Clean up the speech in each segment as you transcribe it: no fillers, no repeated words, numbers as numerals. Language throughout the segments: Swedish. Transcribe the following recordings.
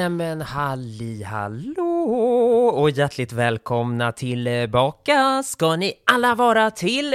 Nämen hallå och hjärtligt välkomna tillbaka ska ni alla vara till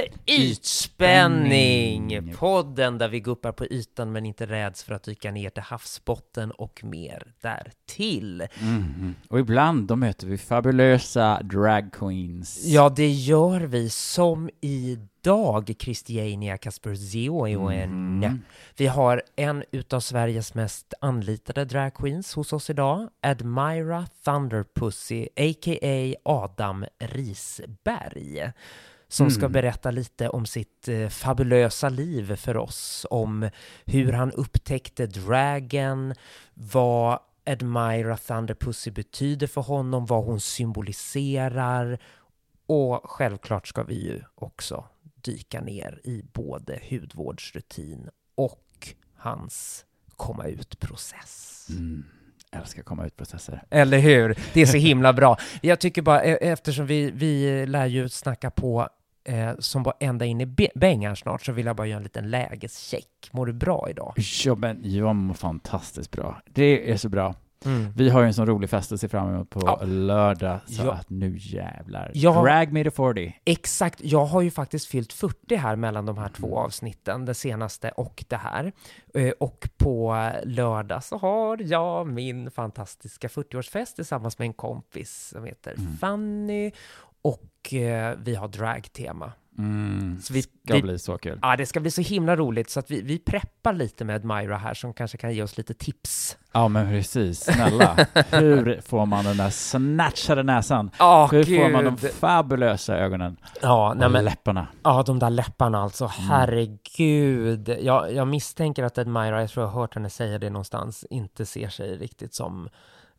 Ytspänning. Podden där vi guppar på ytan men inte räds för att dyka ner till havsbotten och mer därtill. Och ibland då möter vi fabulösa drag queens. Ja, det gör vi som idag, Christiania Kasper Zeoen. Vi har en utav Sveriges mest anlitade drag queens hos oss idag, Admira Thunderpussy, a.k.a. Adam Risberg, som ska berätta lite om sitt fabulösa liv för oss, om hur han upptäckte dragen, vad Admira Thunderpussy betyder för honom, vad hon symboliserar, och självklart ska vi ju också dyka ner i både hudvårdsrutin och hans komma ut-process. Jag älskar komma ut-processer. Eller hur? Det är så himla bra. Jag tycker bara, eftersom vi lär ju snacka på som bara ända in i bängar snart, så vill jag bara göra en liten lägescheck. Mår du bra idag? Ja, men jag mår fantastiskt bra. Det är så bra. Vi har ju en sån rolig fest att se fram emot på lördag, så att nu jävlar. Drag me to 40. Exakt, jag har ju faktiskt fyllt 40 här mellan de här två avsnitten, det senaste och det här. Och på lördag så har jag min fantastiska 40-årsfest tillsammans med en kompis som heter Fanny, och vi har dragtema. Så det bli så kul. Ja, det ska bli så himla roligt, så att vi preppar lite med Admira här som kanske kan ge oss lite tips. Ja, men precis. Snälla. Hur får man den där snatchade näsan? Hur får man de fabulösa ögonen? Ja, och läpparna? Ja, de där läpparna alltså. Herregud. Jag misstänker att Admira, jag tror jag har hört henne säga det någonstans, inte ser sig riktigt som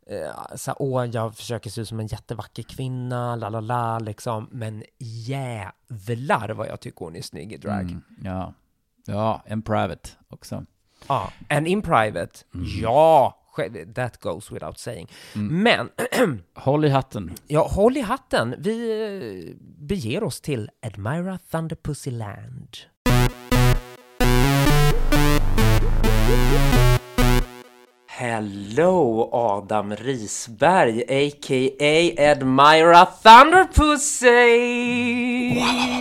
jag försöker se ut som en jättevacker kvinna, liksom, men jävlar vad jag tycker hon är snygg i drag. Ja, en private också. Ja, and in private. Ja, that goes without saying. Men håll i hatten. Ja, håll i hatten. Vi beger oss till Admira Thunderpussy Land. Hello, Adam Risberg, a.k.a. Admira Thunderpussy!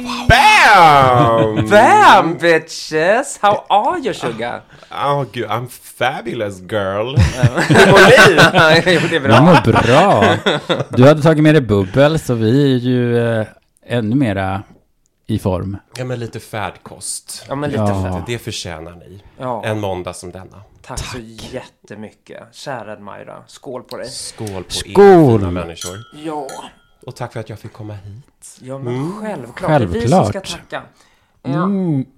Bam! Bam, bitches! How are you, sugar? Oh, good. I'm fabulous, girl. Det är bra. Jag mår bra. Du hade tagit med dig bubbel, så vi är ju ännu mera i form. Ja, men lite färdkost. Ja, men lite färd. Det förtjänar ni. Ja. En måndag som denna. Tack så jättemycket. Kära Admira. Skål på dig. Skål på er fina människor. Ja. Och tack för att jag fick komma hit. Ja, men självklart. Det är vi som ska tacka. Ja.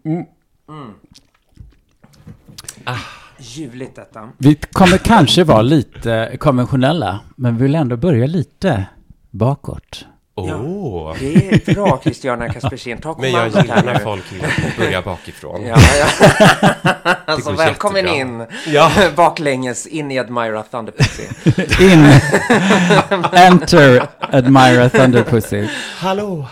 Ljuvligt detta. Vi kommer kanske vara lite konventionella, men vi vill ändå börja lite bakåt. Ja, det är bra, Christiania Kaspersen. Men jag gillar när folk börjar bakifrån. Alltså, välkommen in baklänges in i Admira Thunderpussy. Enter Admira Thunderpussy. Hallå.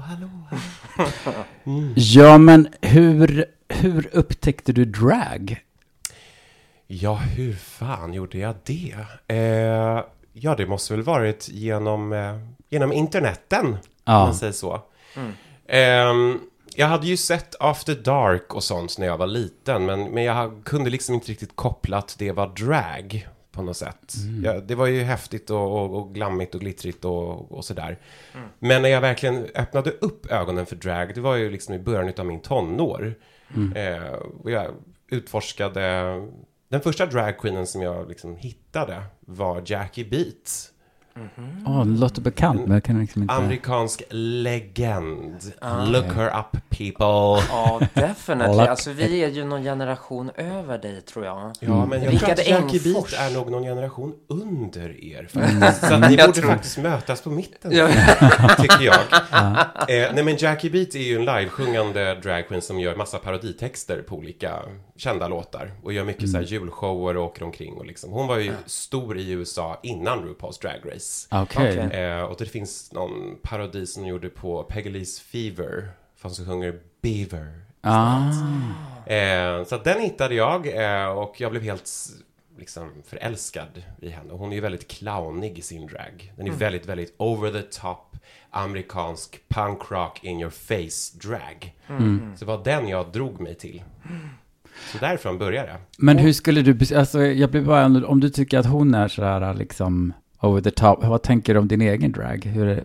Ja, men hur upptäckte du drag? Ja, hur fan gjorde jag det? Det måste väl varit genom interneten, om man säger så. Jag hade ju sett After Dark och sånt när jag var liten, men jag kunde liksom inte riktigt koppla att det var drag på något sätt. Det var ju häftigt och glammigt och glittrigt och sådär. Men när jag verkligen öppnade upp ögonen för drag, det var ju liksom i början av min tonår. Och jag utforskade... Den första dragqueenen som jag liksom hittade var Jackie Beat. Det låter bekant, men jag kan liksom inte... Amerikansk legend. Look her up, people. Ja, definitivt. Alltså, vi är ju någon generation över dig, tror jag. Ja, men jag tror att Jackie Beat är nog någon generation under er. Så att ni borde faktiskt mötas på mitten, tycker jag. Nej, men Jackie Beat är ju en livesjungande dragqueen som gör massa paroditexter på olika kända låtar. Och gör mycket så här julshower och åker omkring. Och liksom. Hon var ju stor i USA innan RuPaul's Drag Race. Okay. Och det finns någon parodi som gjorde på Peggy Lee's Fever, fast som sjunger Beaver. Så den hittade jag och jag blev helt liksom förälskad i henne. Hon är ju väldigt clownig i sin drag. Den är väldigt, väldigt over the top, amerikansk punk rock in your face drag. Så det var den jag drog mig till. Så därifrån började det. Men hur skulle du, alltså jag blir bara, om du tycker att hon är så här liksom over the top, vad tänker du om din egen drag? Hur är det?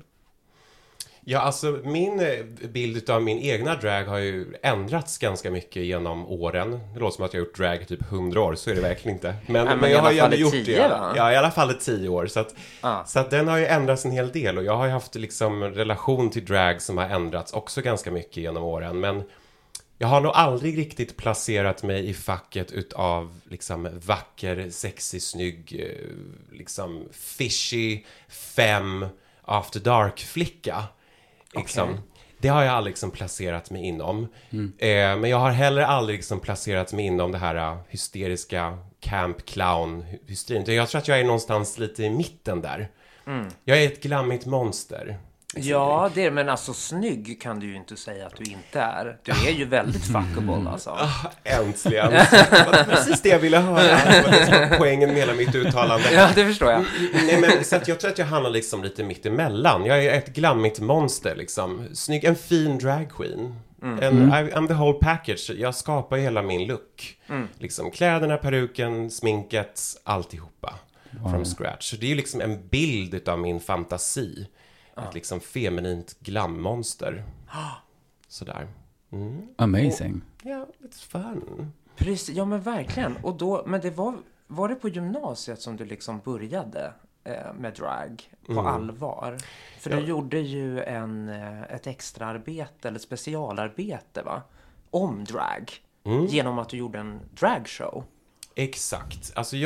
Ja, alltså min bild av min egna drag har ju ändrats ganska mycket genom åren. Det låter som att jag har gjort drag i typ 100 år, så är det verkligen inte. Men jag har ju ändå gjort 10, det. Ja, i alla fall i 10 år. Så att den har ju ändrats en hel del. Och jag har ju haft liksom relation till drag som har ändrats också ganska mycket genom åren. Men jag har nog aldrig riktigt placerat mig i facket utav liksom vacker, sexig, snygg, liksom fishy, femme, after dark-flicka. Liksom. Okay. Det har jag aldrig liksom placerat mig inom. Men jag har heller aldrig liksom placerat mig inom det här hysteriska camp clown hysterin. Jag tror att jag är någonstans lite i mitten där. Jag är ett glammigt monster. Ja, det är, men alltså snygg kan du ju inte säga att du inte är. Du är ju väldigt fuckable alltså. Äntligen. Det var precis det jag ville höra. Det var poängen med hela mitt uttalande. Ja, det förstår jag. Nej, men så att jag tror att jag hamnar liksom lite mitt emellan. Jag är ett glammigt monster liksom. Snygg, en fin drag queen. I'm the whole package. Jag skapar hela min look. Liksom kläderna, peruken, sminket, alltihopa. From scratch. Så det är ju liksom en bild av min fantasi. Ett liksom feminint glammonster. Sådär. Amazing. Ja, it's fun. Precis, ja men verkligen. Och då, men det var det på gymnasiet som du liksom började med drag på allvar? För du gjorde ju ett extra arbete eller specialarbete va? Om drag. Genom att du gjorde en dragshow. Exakt. Alltså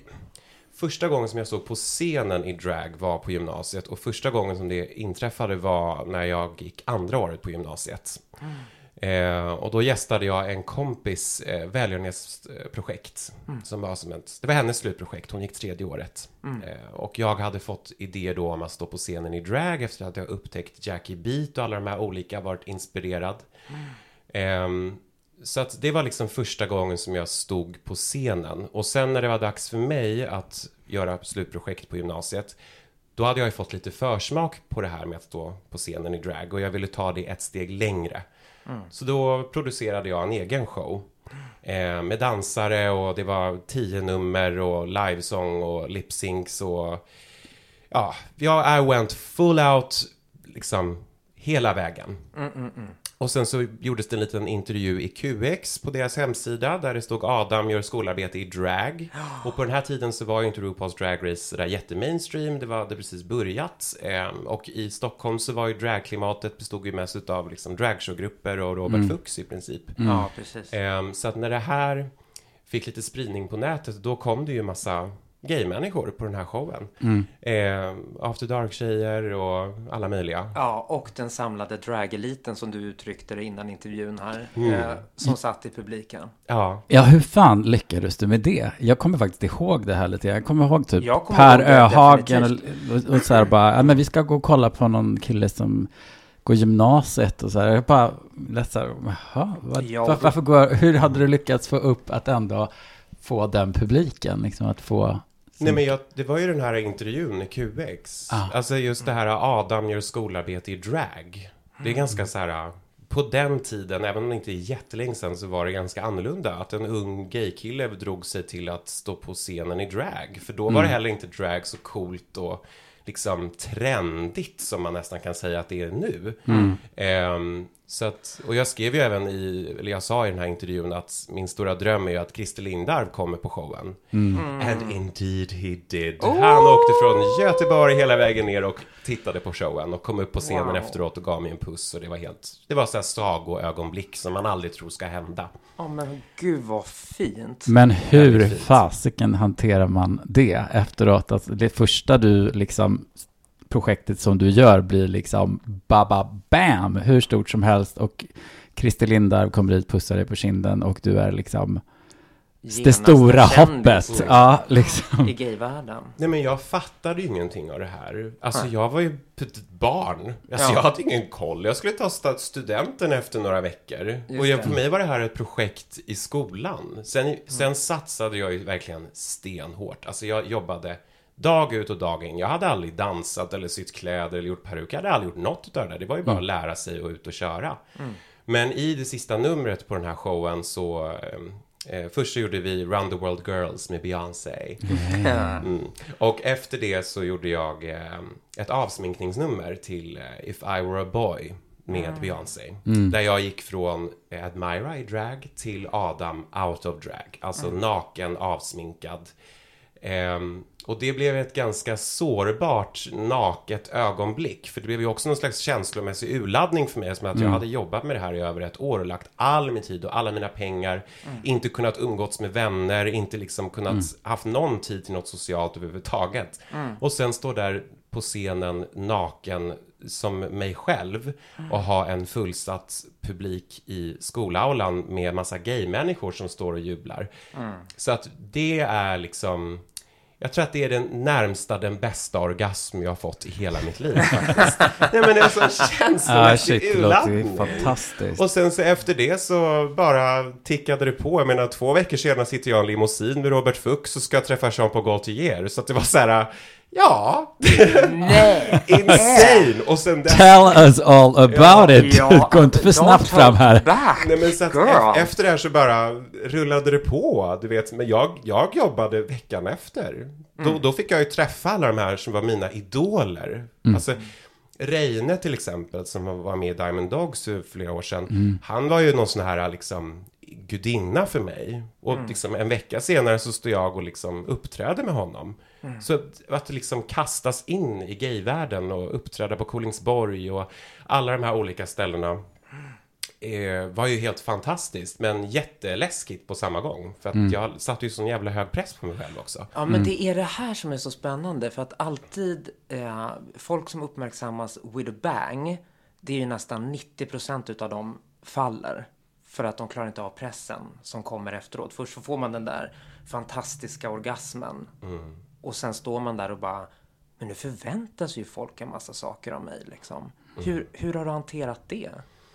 första gången som jag stod på scenen i drag var på gymnasiet. Och första gången som det inträffade var när jag gick andra året på gymnasiet. Och då gästade jag en kompis välgörenhetsprojekt. Som var det var hennes slutprojekt. Hon gick 3:e året. Och jag hade fått idéer då om att stå på scenen i drag. Efter att jag upptäckt Jackie Beat och alla de här olika varit inspirerad. Så att det var liksom första gången som jag stod på scenen. Och sen när det var dags för mig att göra slutprojekt på gymnasiet, då hade jag ju fått lite försmak på det här med att stå på scenen i drag. Och jag ville ta det ett steg längre. Så då producerade jag en egen show. Med dansare och det var 10 nummer och livesång och lip-syncs och I went full out liksom hela vägen. Och sen så gjordes det en liten intervju i QX på deras hemsida där det stod Adam gör skolarbete i drag. Och på den här tiden så var ju inte RuPaul's Drag Race där jättemainstream, det hade precis börjat. Och i Stockholm så var ju dragklimatet bestod ju mest av liksom dragshowgrupper och Robert Fuchs i princip. Ja, precis. Så att när det här fick lite spridning på nätet, då kom det ju massa gay-människor på den här showen. After Dark-tjejer och alla möjliga. Ja, och den samlade drageliten som du uttryckte det innan intervjun här. Som satt i publiken. Ja, hur fan lyckades du med det? Jag kommer faktiskt ihåg det här lite. Jag kommer ihåg typ Per Öhagen och så här bara, men vi ska gå och kolla på någon kille som går gymnasiet och så här. Jag bara lät så här, hur hade du lyckats få upp att ändå få den publiken liksom att få. Nej, men det var ju den här intervjun i QX. Alltså just det här Adam gör skolarbete i drag. Det är ganska så här, på den tiden, även om det inte är jättelänge sedan, så var det ganska annorlunda. Att en ung gaykille drog sig till att stå på scenen i drag. För då var det heller inte drag så coolt och liksom trendigt som man nästan kan säga att det är nu. Så att, och jag skrev ju även jag sa i den här intervjun att min stora dröm är ju att Christer Lindarw kommer på showen. And indeed he did. Han åkte från Göteborg hela vägen ner och tittade på showen och kom upp på scenen efteråt och gav mig en puss. Och det var så här sagoögonblick som man aldrig tror ska hända. Men gud vad fint. Men hur fasiken hanterar man det efteråt? Alltså det första du liksom projektet som du gör blir liksom bam, hur stort som helst och Christer Lindarw kommer dit, pussar dig på kinden och du är liksom det stora hoppet. Ja, liksom. I gayvärlden. Nej, men jag fattade ju ingenting av det här. Alltså jag var ju ett barn. Alltså jag hade ingen koll. Jag skulle ta studenten efter några veckor. Och för mig var det här ett projekt i skolan. Sen satsade jag ju verkligen stenhårt. Alltså jag jobbade dag ut och dag in. Jag hade aldrig dansat eller sytt kläder eller gjort peruk. Jag hade aldrig gjort något av det där. Det var ju bara att lära sig och ut och köra. Men i det sista numret på den här showen så... först så gjorde vi Round the World Girls med Beyoncé. Och efter det så gjorde jag ett avsminkningsnummer till If I Were a Boy med Beyoncé. Där jag gick från Admira i drag till Adam out of drag. Alltså naken, avsminkad. Och det blev ett ganska sårbart, naket ögonblick. För det blev ju också någon slags känslomässig urladdning för mig. Som att jag hade jobbat med det här i över ett år och lagt all min tid och alla mina pengar. Inte kunnat umgås med vänner, inte liksom kunnat haft någon tid till något socialt överhuvudtaget. Och sen stå där på scenen naken som mig själv och ha en fullsatt publik i skolaulan med massa gay-människor som står och jublar. Så att det är liksom... Jag tror att det är den bästa orgasm jag har fått i hela mitt liv faktiskt. Nej, men det är så känslomässig urladdning. Fantastiskt. Och sen så efter det så bara tickade det på. Jag menar 2 veckor senare sitter jag i en limousin med Robert Fuchs och ska träffa Jean-Paul Gaultier. Så att det var så här... Ja. Nej. Insane. Och sen Tell us all about it. Gå inte för snabbt fram här. Nej, men så att efter det här så bara rullade det på. Du vet, men jag jobbade veckan efter. Då fick jag ju träffa alla de här som var mina idoler. Alltså Reine till exempel, som var med i Diamond Dogs för flera år sedan. Han var ju någon sån här liksom gudinna för mig. Och liksom en vecka senare så stod jag och liksom uppträdde med honom. Så att liksom kastas in i gayvärlden och uppträda på Kolingsborg och alla de här olika ställena var ju helt fantastiskt, men jätteläskigt på samma gång. För att jag satte ju sån jävla hög press på mig själv också. Ja, men det är det här som är så spännande. För att alltid folk som uppmärksammas with a bang, det är ju nästan 90% utav dem faller. För att de klarar inte av pressen som kommer efteråt. Först så får man den där fantastiska orgasmen. Och sen står man där och bara, men nu förväntas ju folk en massa saker av mig liksom. Hur har du hanterat det?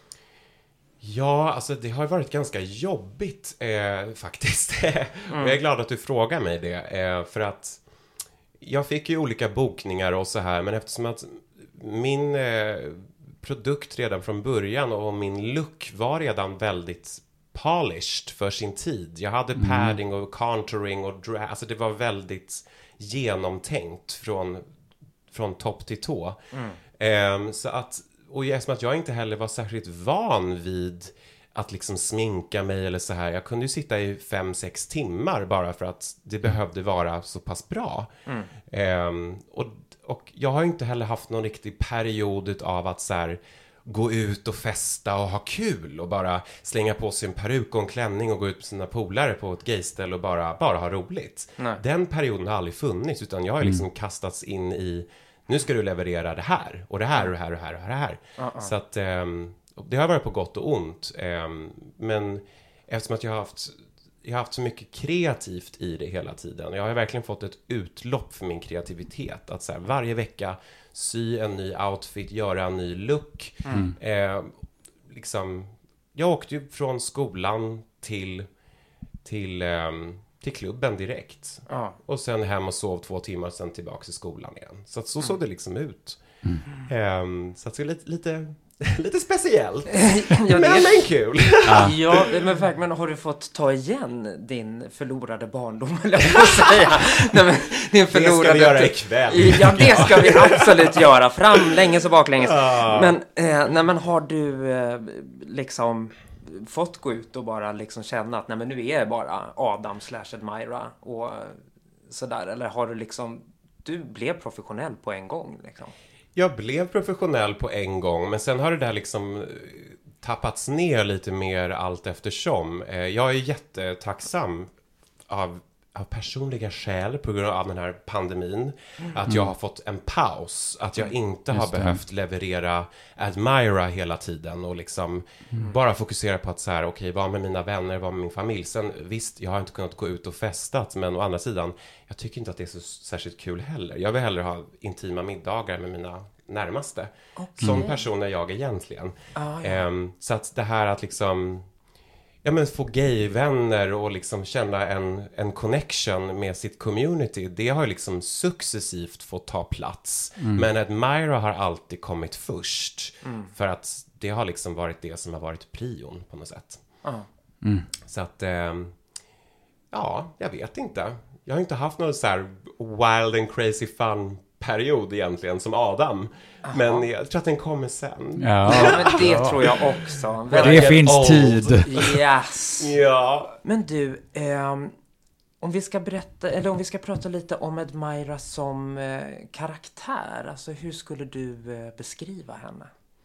Ja, alltså det har varit ganska jobbigt faktiskt. Och jag är glad att du frågar mig det. För att jag fick ju olika bokningar och så här. Men eftersom att min produkt redan från början och min look var redan väldigt polished för sin tid. Jag hade padding och contouring och drag. Alltså det var väldigt genomtänkt från topp till tå. Så att, och eftersom att jag inte heller var särskilt van vid att liksom sminka mig eller så här. Jag kunde ju sitta i 5-6 timmar bara för att det behövde vara så pass bra. Och jag har inte heller haft någon riktig period av att så här gå ut och festa och ha kul och bara slänga på sig en peruk och en klänning och gå ut med sina polare på ett gayställe och bara ha roligt. Nej. Den perioden har aldrig funnits, utan jag har liksom kastats in i, nu ska du leverera det här och det här och det här och det här och det här. Så att det har varit på gott och ont. Men eftersom att jag har haft så mycket kreativt i det hela tiden. Jag har verkligen fått ett utlopp för min kreativitet. Att så här, varje vecka sy en ny outfit, göra en ny look. Liksom, jag åkte ju från skolan till klubben direkt. Och sen hem och sov 2 timmar, sen tillbaka till skolan igen. Så att så såg det liksom ut. Så att det är lite speciellt. Men kul. Ja, men har du fått ta igen din förlorade barndom, eller jag får säga? Nej, men, din förlorade... Det ska vi göra ikväll. Ja, det ska vi absolut göra. Framlänges och baklänges. Men har du liksom fått gå ut och bara liksom känna att nej, men nu är jag bara Adam / Admira och sådär? Eller har du liksom... Du blev professionell på en gång liksom? Jag blev professionell på en gång, men sen har det där liksom tappats ner lite mer allt eftersom. Jag är jättetacksam av av personliga skäl på grund av den här pandemin att jag har fått en paus, att jag inte har behövt leverera Admira hela tiden och liksom bara fokusera på att så här, okej, vara med mina vänner, vara med min familj. Sen visst, jag har inte kunnat gå ut och festat, men å andra sidan, jag tycker inte att det är så särskilt kul heller. Jag vill hellre ha intima middagar med mina närmaste. Som personer jag egentligen. Så att det här att liksom få gayvänner och liksom känna en connection med sitt community, det har liksom successivt fått ta plats. Men Admira har alltid kommit först. För att det har liksom varit det som har varit prion på något sätt. Så att, jag vet inte. Jag har inte haft någon så här wild and crazy fun period egentligen som Adam. Men jag tror att den kommer sen. Ja, men det tror jag också. Det finns tid. Yes. Ja. Men du, om vi ska berätta, eller om vi ska prata lite om Admira som karaktär. Alltså hur skulle du beskriva henne?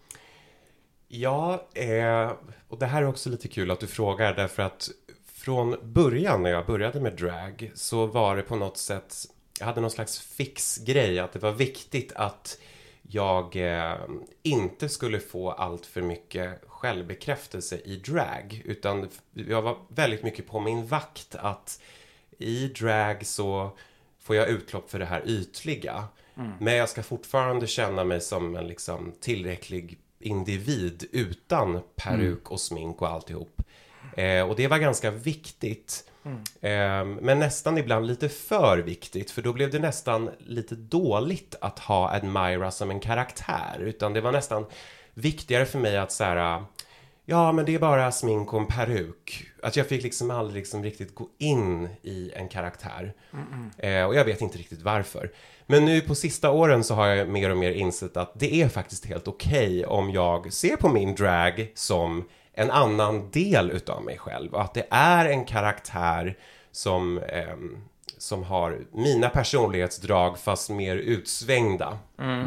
Ja, och det här är också lite kul att du frågar, därför att från början när jag började med drag så var det på något sätt, jag hade någon slags fix grej att det var viktigt att jag inte skulle få allt för mycket självbekräftelse i drag, utan jag var väldigt mycket på min vakt att i drag så får jag utlopp för det här ytliga, men jag ska fortfarande känna mig som en liksom tillräcklig individ utan peruk och smink och alltihop. Och det var ganska viktigt. Men nästan ibland lite för viktigt, för då blev det nästan lite dåligt att ha Admira som en karaktär, utan det var nästan viktigare för mig att så här, ja men det är bara smink och en peruk, att jag fick liksom aldrig liksom riktigt gå in i en karaktär. Och jag vet inte riktigt varför, men nu på sista åren så har jag mer och mer insett att det är faktiskt helt okej om jag ser på min drag som en annan del utav mig själv, och att det är en karaktär som har mina personlighetsdrag fast mer utsvängda.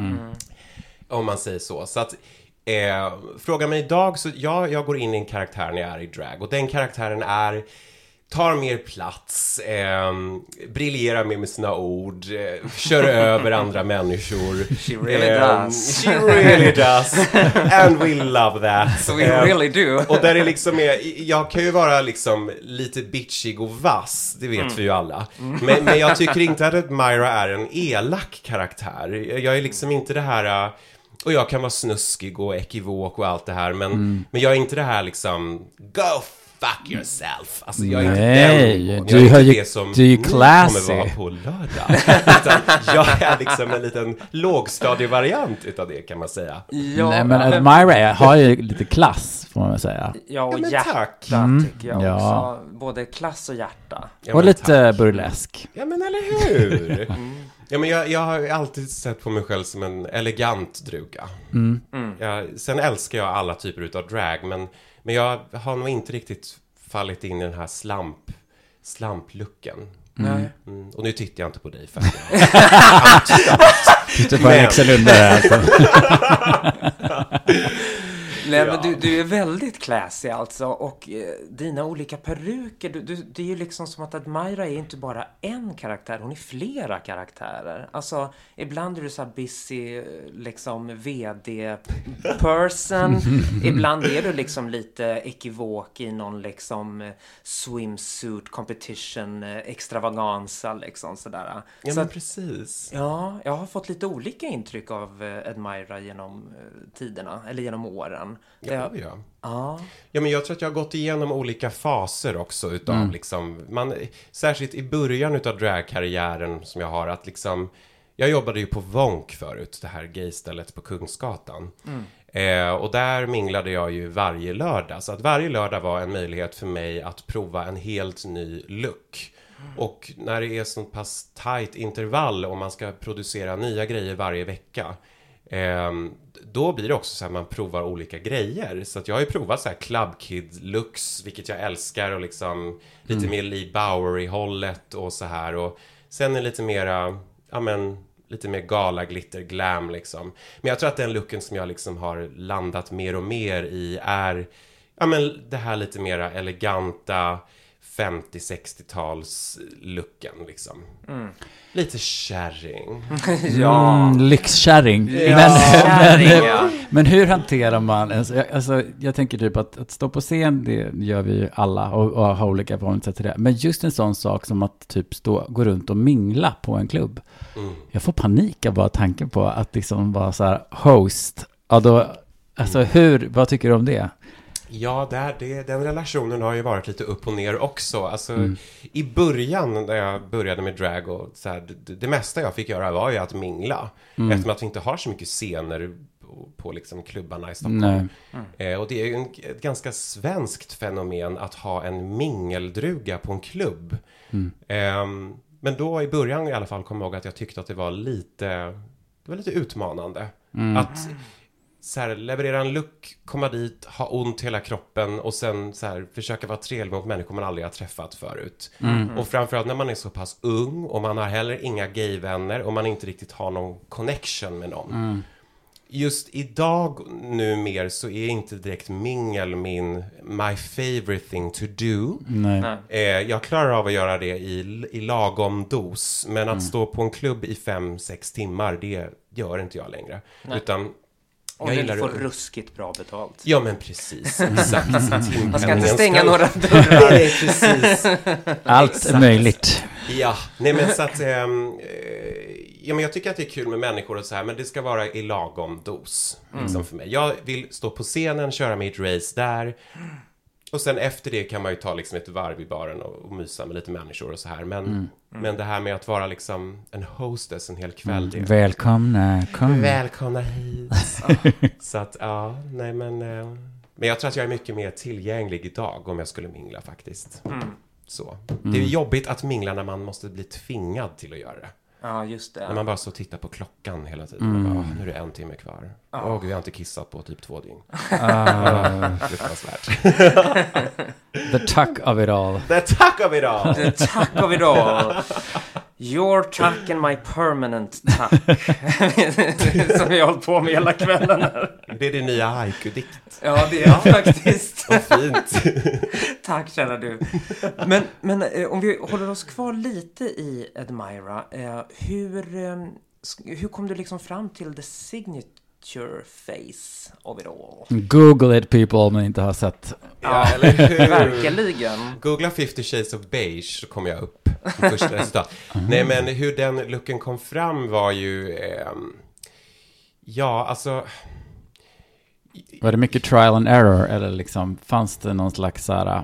Om man säger så. Så att fråga mig idag, så jag går in i en karaktär när jag är i drag, och den karaktären tar mer plats, briljerar mer med sina ord, kör över andra människor. She really does. She really does. And we love that. So we really do. Och där är liksom, jag kan ju vara liksom lite bitchig och vass, det vet vi ju alla. Men jag tycker inte att Admira är en elak karaktär. Jag är liksom inte det här, och jag kan vara snuskig och ekivok och allt det här, men jag är inte det här liksom, go fuck yourself. Alltså jag är inte den. Du är ju classy. Kommer vara på lördag. Utan jag är liksom en liten lågstadievariant utav det, kan man säga. Ja, nej, men Admira har ju lite klass, får man säga. Ja, och ja, hjärta tycker jag också. Både klass och hjärta. Ja, och lite burlesk. Ja, men eller hur? Ja, men jag har alltid sett på mig själv som en elegant druga. Sen älskar jag alla typer utav drag, men jag har nog inte riktigt fallit in i den här slamplucken. Och nu tittar jag inte på dig för tittar på Axel under alltså. Nej, men du är väldigt classy alltså, och dina olika peruker, det är ju liksom som att Admira är inte bara en karaktär, hon är flera karaktärer. Alltså, ibland är du så här busy liksom vd-person, ibland är du liksom lite ekivok i någon liksom swimsuit competition extravaganza liksom sådär. Ja, så men precis. Ja, jag har fått lite olika intryck av Admira genom tiderna, eller genom åren. Ja. Ja, men jag tror att jag har gått igenom olika faser också utav liksom, särskilt i början utav dragkarriären som jag har, att liksom, jag jobbade ju på Vonk förut, det här gaystället på Kungsgatan. Och där minglade jag ju varje lördag, så att varje lördag var en möjlighet för mig att prova en helt ny look. Och när det är så pass tight intervall och man ska producera nya grejer varje vecka, då blir det också så här, man provar olika grejer. Så att jag har ju provat så här Club Kid looks, vilket jag älskar, och liksom lite mer Lee Bowery-hållet och så här. Och sen är lite mera, lite mer gala, glitter, glam liksom. Men jag tror att den looken som jag liksom har landat mer och mer i är, det här lite mera eleganta, 50-60-tals looken liksom. Lite kärring. Lyxkärring. Men hur hanterar man, alltså jag tänker typ att stå på scen, det gör vi ju alla och ha olika förhållningssätt till det. Men just en sån sak som att typ gå runt och mingla på en klubb. Jag får panik av bara tanken på att liksom vara så här host. Ja, då, alltså vad tycker du om det? Ja, den relationen har ju varit lite upp och ner också. Alltså, i början när jag började med drag och så här, det mesta jag fick göra var ju att mingla. Eftersom att vi inte har så mycket scener på liksom klubbarna i Stockholm. Och det är ju ett ganska svenskt fenomen att ha en mingeldruga på en klubb. Men då i början i alla fall kom jag ihåg att jag tyckte att det var lite utmanande. Att så här, leverera en look, komma dit, ha ont hela kroppen och sen så här, försöka vara trevlig mot människor man aldrig har träffat förut. Och framförallt när man är så pass ung och man har heller inga gayvänner och man inte riktigt har någon connection med någon. Just idag nu mer så är inte direkt mingel my favorite thing to do. Jag klarar av att göra det i lagom dos, men att stå på en klubb i 5-6 timmar, det gör inte jag längre. Utan och jag får ruskigt bra betalt. Ja, men precis. Exakt. Man ska inte stänga några dörrar. Nej, precis. Allt är möjligt. Ja, nej men så att men jag tycker att det är kul med människor och så här, men det ska vara i lagom dos liksom för mig. Jag vill stå på scenen, köra mitt race där. Och sen efter det kan man ju ta liksom ett varv i baren och mysa med lite människor och så här. Men det här med att vara liksom en hostess en hel kväll. Välkomna hit. Så att, nej men jag tror att jag är mycket mer tillgänglig idag om jag skulle mingla faktiskt. Så. Det är jobbigt att mingla när man måste bli tvingad till att göra det. Ja, just det. När man bara så tittar på klockan hela tiden. Och bara, nu är det 1 timme kvar. Gud, jag har inte kissat på typ 2 dygn. Fruktansvärt. The tuck of it all. The tuck of it all. The tuck of it all. Your tuck and my permanent tuck. Som vi har hållit på med hela kvällen här. Det är det nya haiku-dikt. Ja, det är faktiskt. Vad fint. Tack, känner du. Men om vi håller oss kvar lite i Admira. Hur kom du liksom fram till the signature face of it all? Google it, people, om ni inte har sett. Ja, eller hur? Verkligen. Googla 50 Shades of Beige så kommer jag upp på första resultat. Nej, men hur den looken kom fram var ju alltså var det mycket trial and error eller liksom fanns det någon slags såhär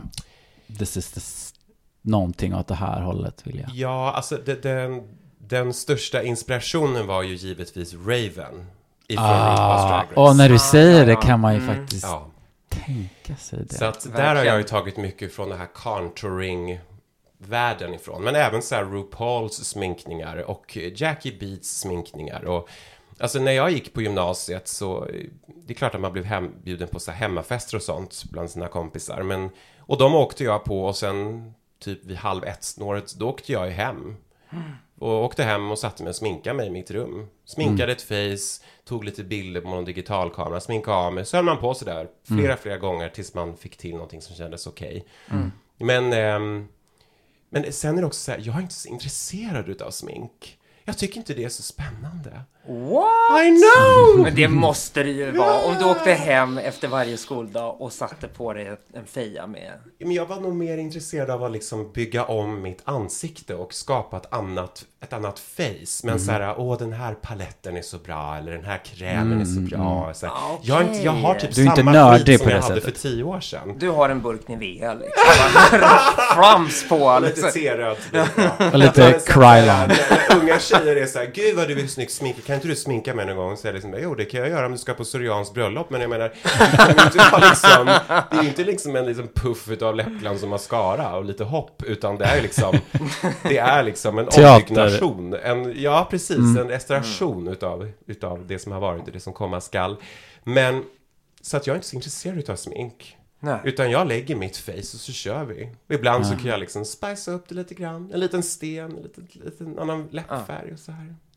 någonting åt det här hållet vill jag? Ja, alltså den största inspirationen var ju givetvis Raven ifrån RuPaul's Drag Race. Och när du säger det kan man ju faktiskt tänka sig det. Så att där har jag ju tagit mycket från det här contouring världen ifrån. Men även så här RuPauls sminkningar och Jackie Beats sminkningar. Och alltså när jag gick på gymnasiet så det är klart att man blev hembjuden på så här hemmafester och sånt bland sina kompisar. Och de åkte jag på och sen typ vid 12:30 då åkte jag hem. Och åkte hem och satte mig och sminkade mig i mitt rum. Sminkade ett face, tog lite bilder på någon digitalkamera, sminkade av mig. Så höll man på så där flera gånger tills man fick till någonting som kändes okej. Men sen är det också så här, jag är inte så intresserad utav smink. Jag tycker inte det är så spännande. What? I know! Men det måste det ju vara. Om du åkte hem efter varje skoldag och satte på dig en feja med. Men jag var nog mer intresserad av att liksom bygga om mitt ansikte och skapa ett annat face. Men så här, den här paletten är så bra. Eller den här krämen är så bra. Så här, okay. Jag har typ du är samma skit som på jag det hade sättet. för 10 år sedan. Du har en burk Nivea liksom. Frams på. Lite seröd. Och lite Krylon. Unga tjejer är så här, gud vad du är snyggt sminkad. Kan inte du sminka mig någon gång? Så är det liksom, jo det kan jag göra om du ska på Sorians bröllop. Men jag menar, det är ju inte liksom en liksom puff utav läppglans och mascara och lite hopp. Utan det är liksom en ombyggnation. En restauration utav det som har varit och det som komma skall. Men så att jag är inte så intresserad utav smink. Nej. Utan jag lägger mitt face och så kör vi. Och ibland så kan jag liksom spice upp det lite grann. En liten sten, en liten annan läppfärg och så här.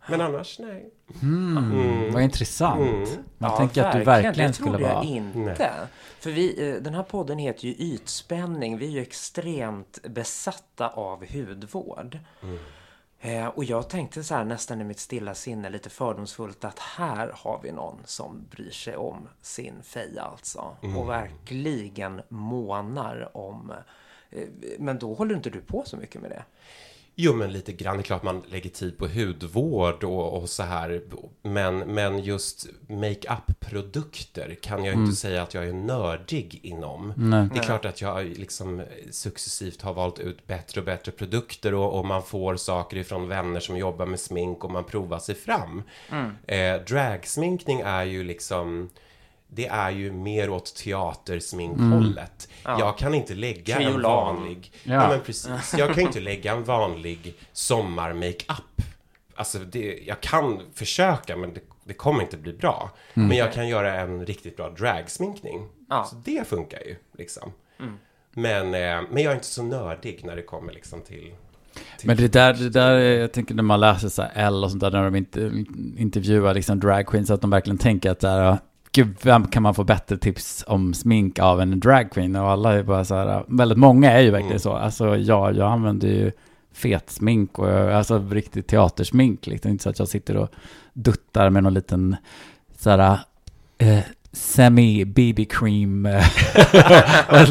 Men annars, nej. Vad intressant. Man tänker att du verkligen. verkligen skulle vara... Det trodde jag inte. För den här podden heter ju Ytspänning. Vi är ju extremt besatta av hudvård. Och jag tänkte så här nästan i mitt stilla sinne lite fördomsfullt att här har vi någon som bryr sig om sin feja alltså. Och verkligen månar om... Men då håller inte du på så mycket med det? Jo, men lite grann. Det är klart man lägger tid på hudvård och så här. Men just make-up-produkter kan jag inte säga att jag är nördig inom. Nej. Det är klart att jag liksom successivt har valt ut bättre och bättre produkter och man får saker ifrån vänner som jobbar med smink och man provar sig fram. Dragsminkning är ju liksom... Det är ju mer åt teatersminkhållet. Jag kan inte lägga en vanlig... Ja, men precis. Jag kan inte lägga en vanlig sommar-make-up. Alltså, jag kan försöka, men det kommer inte bli bra. Men jag kan göra en riktigt bra dragsminkning. Så det funkar ju, liksom. Men jag är inte så nördig när det kommer liksom till men det där, jag tänker när man läser så här L och sånt där, när de intervjuar liksom drag queens, att de verkligen tänker att där... Gud, vem kan man få bättre tips om smink av en drag queen? Och alla är bara så här, väldigt många är ju verkligen så. Alltså jag använder ju fet smink och alltså riktigt teatersmink liksom. Inte så att jag sitter och duttar med någon liten så här semi BB cream ett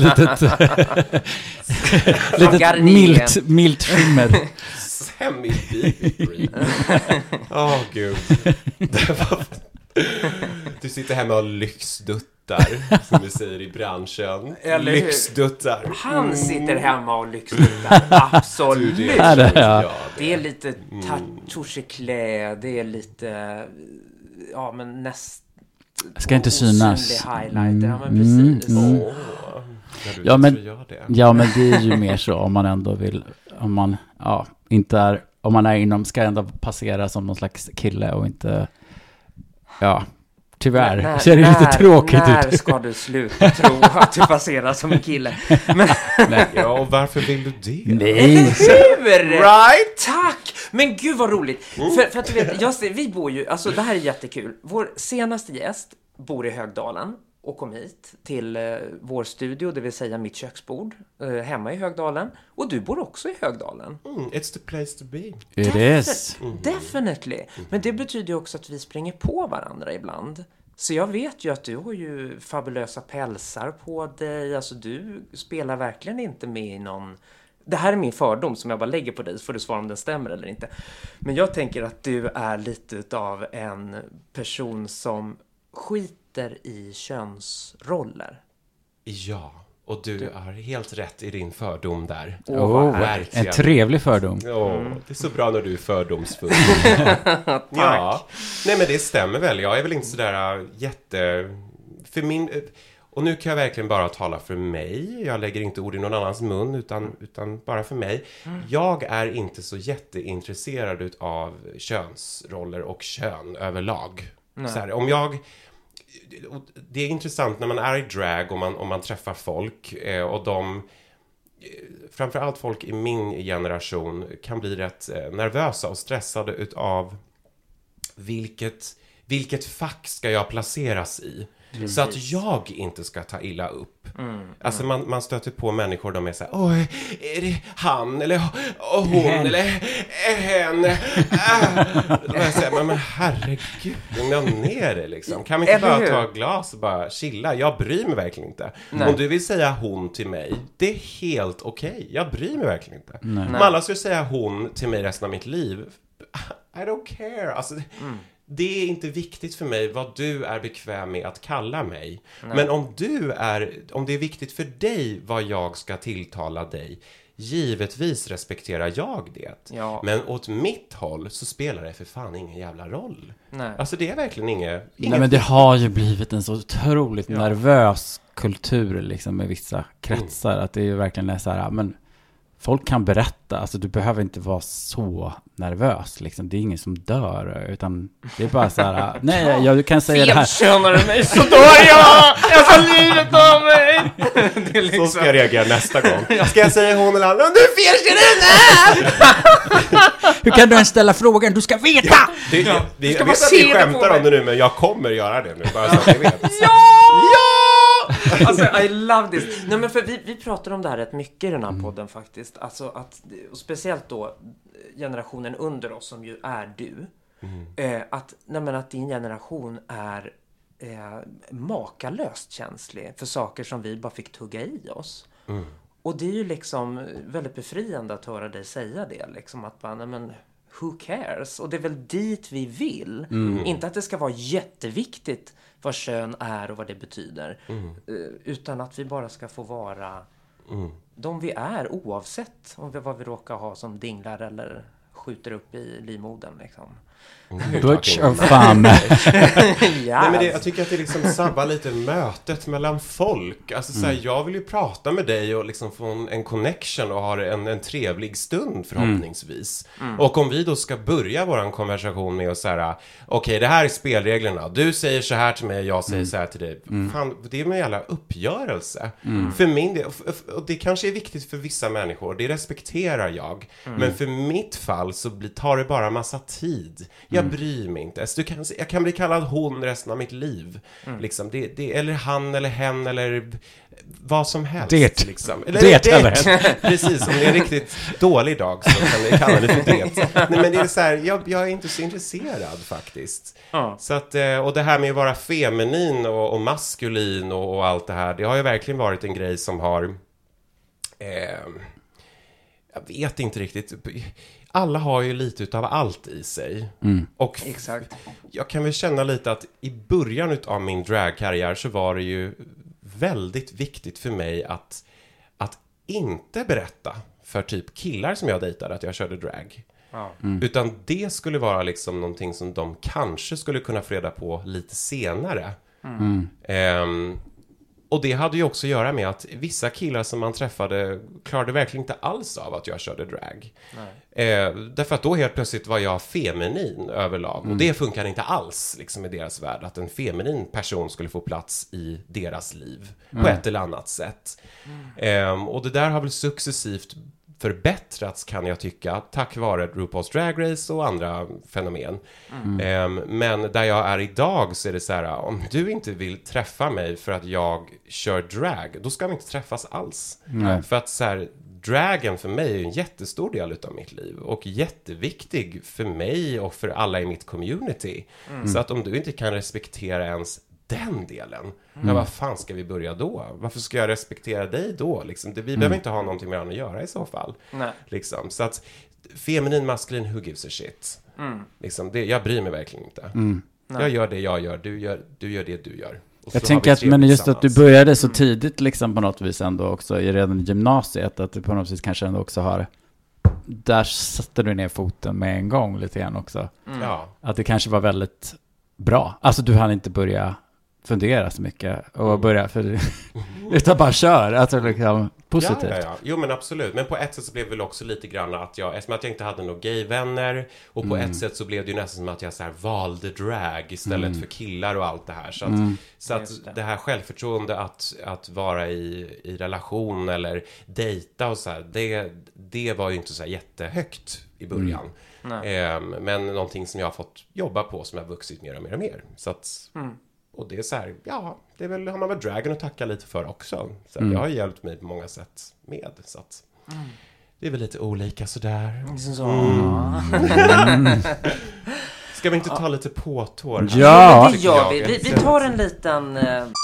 litet milt skimmer. Semi BB cream. Gud. Det var... Du sitter hemma och lyxduttar, som vi säger i branschen. Lyxduttar. Han sitter hemma och lyxduttar, absolut. Det är lite touche-klä, det är lite, ja men ska inte synas. Highlighter, ja men precis. Ja men det är ju mer så om man ändå vill, om man inte är, om man är inom, ska ändå passera som någon slags kille och inte... Ja, tyvärr. Ser det lite tråkigt ut. När ska du sluta tro att du passerar som en kille? Men... Ja, och varför vill du det? Nej. Right? Tack! Men gud vad roligt. För att du vet, vi bor ju, alltså det här är jättekul. Vår senaste gäst bor i Högdalen och kom hit till vår studio, det vill säga mitt köksbord, hemma i Högdalen. Och du bor också i Högdalen. It's the place to be. It is. Definitely. Men det betyder ju också att vi springer på varandra ibland. Så jag vet ju att du har ju fabulösa pälsar på dig. Alltså du spelar verkligen inte med i någon... Det här är min fördom som jag bara lägger på dig, så får du svara om den stämmer eller inte. Men jag tänker att du är lite av en person som skiter i könsroller. Ja, och du har helt rätt i din fördom där. En trevlig fördom. Det är så bra när du är fördomsfull. Ja, nej men det stämmer väl. Jag är väl inte sådär för min... Och nu kan jag verkligen bara tala för mig. Jag lägger inte ord i någon annans mun utan bara för mig. Jag är inte så jätteintresserad av könsroller och kön överlag. Så här, det är intressant när man är i drag och man träffar folk och framförallt folk i min generation kan bli rätt nervösa och stressade utav vilket fack ska jag placeras i. Precis. Så att jag inte ska ta illa upp. Alltså man stöter på människor, de är så här: är det han eller hon eller hen? Då är så här, men herregud, lugna ner det liksom. Kan vi inte bara ta ett glas och bara chilla? Jag bryr mig verkligen inte. Nej. Om du vill säga hon till mig, det är helt okej. Jag bryr mig verkligen inte. Om alla skulle säga hon till mig resten av mitt liv, I don't care. Alltså det är inte viktigt för mig vad du är bekväm med att kalla mig. Nej. Men om det är viktigt för dig vad jag ska tilltala dig, givetvis respekterar jag det. Ja. Men åt mitt håll så spelar det för fan ingen jävla roll. Nej. Alltså det är verkligen inget... Nej, men det har ju blivit en så otroligt nervös kultur liksom med vissa kretsar. Att det är ju verkligen så här, men folk kan berätta, alltså du behöver inte vara så nervös liksom. Det är ingen som dör, utan det är bara så här, nej, jag kan säga det här. Känner du mig så dör jag tar livet av mig. Det är liksom... Så ska jag reagera nästa gång. Ska jag säga hon eller annan? Du felkänner Hur kan du ens ställa frågan? Du ska veta! Vi skämtar om det nu, men jag kommer göra det nu, bara så att ni vet. Alltså, I love this. Nej, men för vi pratar om det här rätt mycket i den här podden faktiskt. Alltså att, och speciellt då generationen under oss som ju är du. Att din generation är makalöst känslig för saker som vi bara fick tugga i oss. Och det är ju liksom väldigt befriande att höra dig säga det. Liksom att bara, nej men, who cares? Och det är väl dit vi vill. Inte att det ska vara jätteviktigt vad kön är och vad det betyder. Utan att vi bara ska få vara de vi är, oavsett vad vi råkar ha som dinglar eller skjuter upp i livmodern liksom. Butch och fan. Yes. Nej, men jag tycker att det liksom sabbar lite mötet mellan folk. Alltså så här, jag vill ju prata med dig och liksom få en connection och ha en trevlig stund förhoppningsvis. Och om vi då ska börja våran konversation med att säga, okej, det här är spelreglerna. Du säger så här till mig, jag säger så här till dig. Fan, det är en jävla uppgörelse. För min del, och det kanske är viktigt för vissa människor, det respekterar jag. Men för mitt fall så tar det bara massa tid. Jag bryr mig inte. Alltså, jag kan bli kallad hon resten av mitt liv. Liksom. Det, eller han eller hen eller vad som helst. Det. Liksom. Eller. Precis, om det är en riktigt dålig dag så kan ni kalla det för det. Nej, men det är så här, jag är inte så intresserad faktiskt. Så att, och det här med att vara feminin och maskulin och allt det här, det har ju verkligen varit en grej som har... jag vet inte riktigt... Alla har ju lite utav allt i sig. Och exakt. Jag kan väl känna lite att i början av min dragkarriär så var det ju väldigt viktigt för mig att inte berätta för typ killar som jag dejtade att jag körde drag. Utan det skulle vara liksom någonting som de kanske skulle kunna få reda på lite senare. Och det hade ju också att göra med att vissa killar som man träffade klarade verkligen inte alls av att jag körde drag. Därför att då helt plötsligt var jag feminin överlag. Och det funkar inte alls liksom, i deras värld att en feminin person skulle få plats i deras liv på ett eller annat sätt. Och det där har väl successivt förbättrats kan jag tycka tack vare RuPaul's Drag Race och andra fenomen. Men där jag är idag så är det så här, om du inte vill träffa mig för att jag kör drag, då ska vi inte träffas alls. För att så här, dragen för mig är en jättestor del utav mitt liv och jätteviktig för mig och för alla i mitt community. Så att om du inte kan respektera ens den delen, vad fan ska vi börja då? Varför ska jag respektera dig då? Liksom, vi behöver inte ha någonting med varandra att göra i så fall. Liksom. Så att feminin, maskulin, who gives a shit? Liksom, jag bryr mig verkligen inte. Jag gör det jag gör, du gör det du gör. Jag tänker att, men just att du började så tidigt liksom på något vis ändå också redan i gymnasiet, att du på något vis kanske ändå också har, där satte du ner foten med en gång lite grann också. Att det kanske var väldigt bra. Alltså du hann inte börja fundera så mycket och börja utan bara kör, alltså liksom positivt. Ja. Jo men absolut, men på ett sätt så blev det väl också lite grann att eftersom att jag inte hade några gayvänner och på ett sätt så blev det ju nästan som att jag så här valde drag istället för killar och allt det här. Så att det här självförtroende att vara i relation eller dejta och så här, det var ju inte så här jättehögt i början. Men någonting som jag har fått jobba på som har vuxit mer och mer och mer. Så att och det är så här, det är väl, har man väl dragen att tacka lite för också. Så det har hjälpt mig på många sätt med. Så att det är väl lite olika sådär. Ska vi inte ta lite påtår? Ja, det gör vi. Vi tar en liten...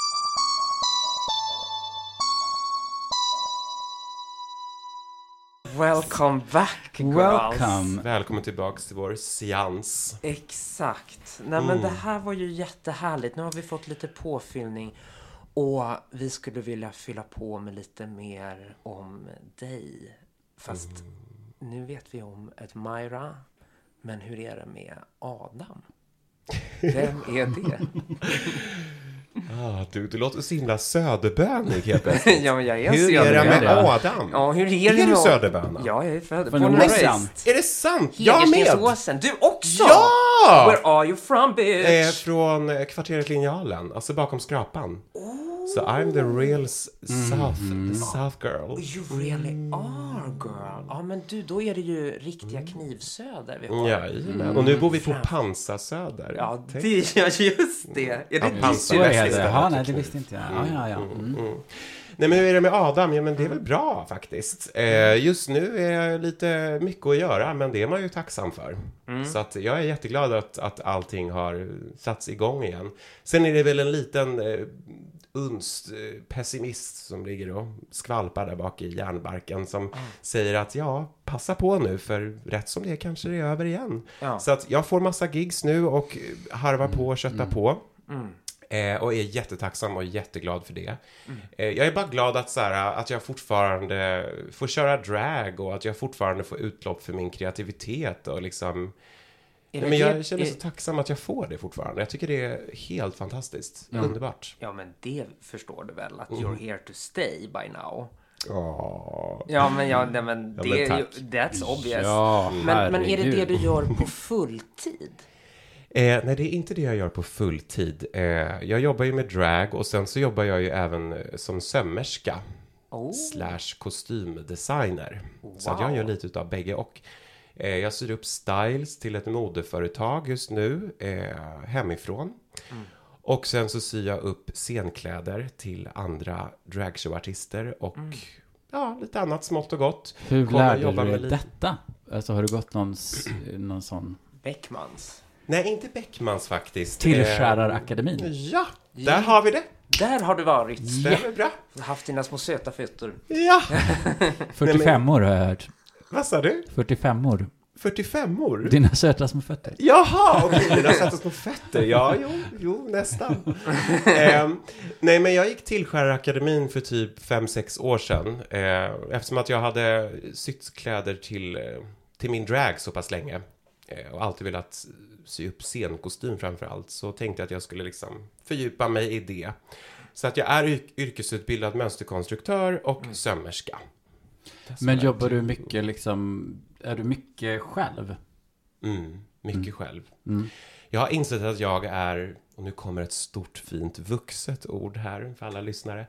Welcome back, girls. Välkommen tillbaka till vår seans. Exakt. Nej, men det här var ju jättehärligt. Nu har vi fått lite påfyllning. Och vi skulle vilja fylla på med lite mer om dig. Fast nu vet vi om Admira. Men hur är det med Adam? Vem är det? Du låter så himla söderbönig helt plötsligt. Ja, men jag är hur är det med Adam? Ja, hur är du söderböna? Ja, jag är född på Norröst. Är det sant? Jag med! Hägerstensåsen. Du också! Ja! Where are you from, bitch? Från kvarteret Linjalen, alltså bakom skrapan. Så I'm the real South girl. You really are, girl. Ja, men du, då är det ju riktiga knivsöder vi har. Ja, och nu bor vi på Pansasöder. Ja, just det. Är det Pansasöder? Nej, det visste inte jag. Ja. Nej, men hur är det med Adam? Ja, men det är väl bra faktiskt. Just nu är lite mycket att göra, men det är man ju tacksam för. Så att jag är jätteglad att allting har satts igång igen. Sen är det väl en liten pessimist som ligger och skvalpar där bak i järnbarken som säger att passa på nu, för rätt som det kanske det är över igen. Så att jag får massa gigs nu och harvar på och köttar på. Och är jättetacksam och jätteglad för det. Jag är bara glad att jag fortfarande får köra drag och att jag fortfarande får utlopp för min kreativitet och liksom... Men jag känner så tacksam att jag får det fortfarande. Jag tycker det är helt fantastiskt. Underbart. Ja, men det förstår du väl att you're here to stay by now. Ja, men det är ju, that's obvious. Ja, men är det du gör på fulltid? Nej, det är inte det jag gör på fulltid. Jag jobbar ju med drag och sen så jobbar jag ju även som sömmerska / kostymdesigner. Wow. Så att jag gör lite utav bägge och jag syr upp styles till ett modeföretag just nu hemifrån. Och sen så syr jag upp scenkläder till andra dragshowartister och lite annat smått och gott. Hur lärde du dig detta? Alltså har du gått någon sån... Beckmans? Nej, inte Beckmans faktiskt. Tillskärarakademin. Ja, där har vi det. Där har du varit. Stämmer bra. Haft dina små söta fötter. Ja. 45 år har jag hört. Vad sa du? 45 år. 45 år? Dina söta små fötter. Jaha, okej, dina söta små fötter. Ja, jo, nästan. Nej, men jag gick till Skärarakademin för typ 5-6 år sedan. Eftersom att jag hade sytt kläder till min drag så pass länge. Och alltid velat sy upp scenkostym framförallt. Så tänkte jag att jag skulle liksom fördjupa mig i det. Så att jag är yrkesutbildad mönsterkonstruktör och sömmerska. Men jobbar du mycket liksom, är du mycket själv? Mycket själv. Jag har insett att jag är, och nu kommer ett stort fint vuxet ord här för alla lyssnare,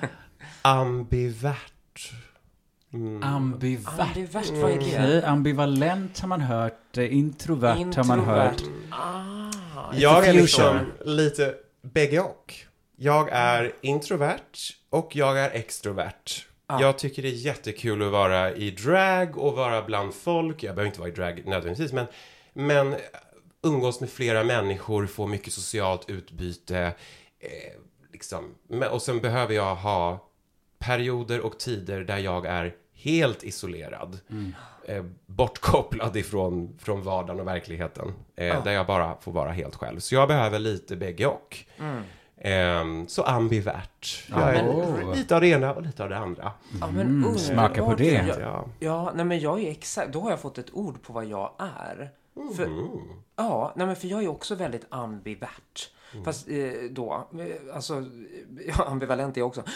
ambivert. Ambivert, vad är det? Ambivalent har man hört, introvert har man hört. Jag är liksom lite bägge och. Jag är introvert och jag är extrovert. Jag tycker det är jättekul att vara i drag och vara bland folk. Jag behöver inte vara i drag nödvändigtvis, men umgås med flera människor, få mycket socialt utbyte. Liksom. Och sen behöver jag ha perioder och tider där jag är helt isolerad. Bortkopplad ifrån vardagen och verkligheten. Där jag bara får vara helt själv. Så jag behöver lite bägge och. Så ambivert. Jag är lite av det ena och lite av det andra. Smaka på det. Men jag är exakt. Då har jag fått ett ord på vad jag är. För jag är också väldigt ambivert. Fast då, alltså, ambivalent är jag också.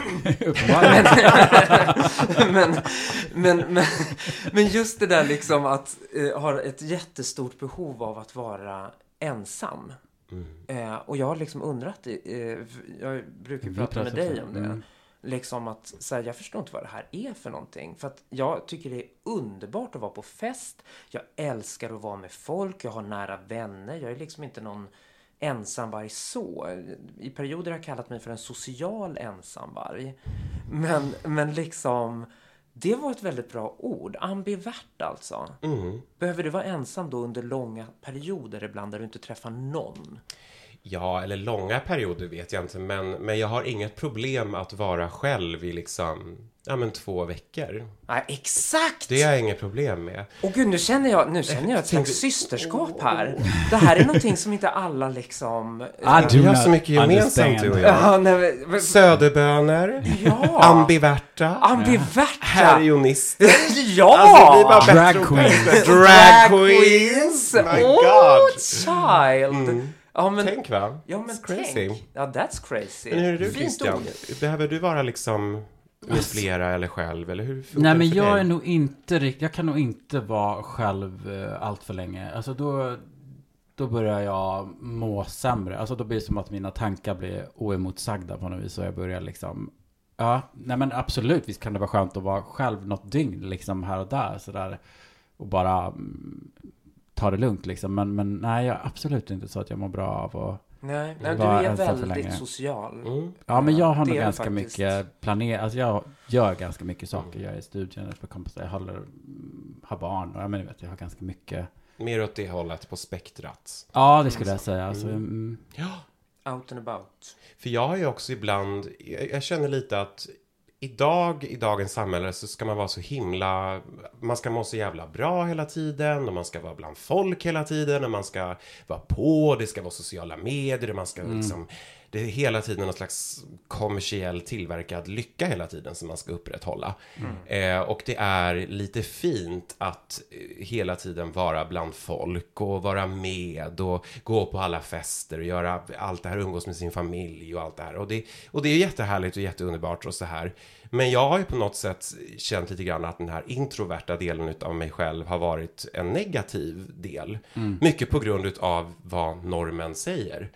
Men just det där liksom att ha ett jättestort behov av att vara ensam. Och jag har liksom undrat, jag brukar prata med dig om det. Liksom att så här, jag förstår inte vad det här är för någonting. För att jag tycker det är underbart att vara på fest. Jag älskar att vara med folk. Jag har nära vänner. Jag är liksom inte någon ensamvarg så. I perioder har jag kallat mig för en social ensamvarg. Men liksom, det var ett väldigt bra ord. Ambivert alltså. Behöver du vara ensam då under långa perioder ibland där du inte träffar någon? Ja, eller långa perioder vet jag inte. Men jag har inget problem att vara själv i liksom 2 veckor. Ja, exakt! Det har jag inget problem med. Och gud, nu känner jag ett slags systerskap här. Det här är någonting som inte alla liksom... Du har så mycket gemensamt, du och jag. Söderbönor. Ja. Ambiverta. Herjonister. Ja! Alltså, vi bara Drag queens. Drag queens. My God. Child. Ja, men, tänk va? Ja, men it's crazy. Tänk. Ja, that's crazy. Men hur är du, Fint Christian? ord. Behöver du vara liksom med flera eller själv? Eller hur funkar Nej, det men för jag dig? är nog inte riktigt, jag kan nog inte vara själv allt för länge. Alltså då börjar jag må sämre. Alltså då blir det som att mina tankar blir oemotsagda på något vis. Och jag börjar liksom, ja, nej men absolut, visst kan det vara skönt att vara själv något dygn liksom här och där. Så där, och bara ta det lugnt liksom. Men nej, jag är absolut inte så att jag mår bra av att Nej, du är väldigt social. Ja, men jag har nog det ganska faktiskt. mycket planerat. Alltså jag gör ganska mycket saker. Jag är i studien på campus. Jag har barn. Och jag vet, jag har ganska mycket. Mer åt det hållet på spektrat. Ja, det skulle jag säga. Alltså, Ja. Out and about. För jag har ju också ibland, jag känner lite att i dagens samhälle så ska man vara så himla, man ska må så jävla bra hela tiden och man ska vara bland folk hela tiden och man ska vara på, det ska vara sociala medier, man ska liksom, det är hela tiden någon slags kommersiell tillverkad lycka hela tiden som man ska upprätthålla. Och det är lite fint att hela tiden vara bland folk och vara med och gå på alla fester och göra allt det här, umgås med sin familj och allt det här. Och det är jättehärligt och jätteunderbart och så här. Men jag har ju på något sätt känt lite grann att den här introverta delen av mig själv har varit en negativ del. Mycket på grund av vad normen säger.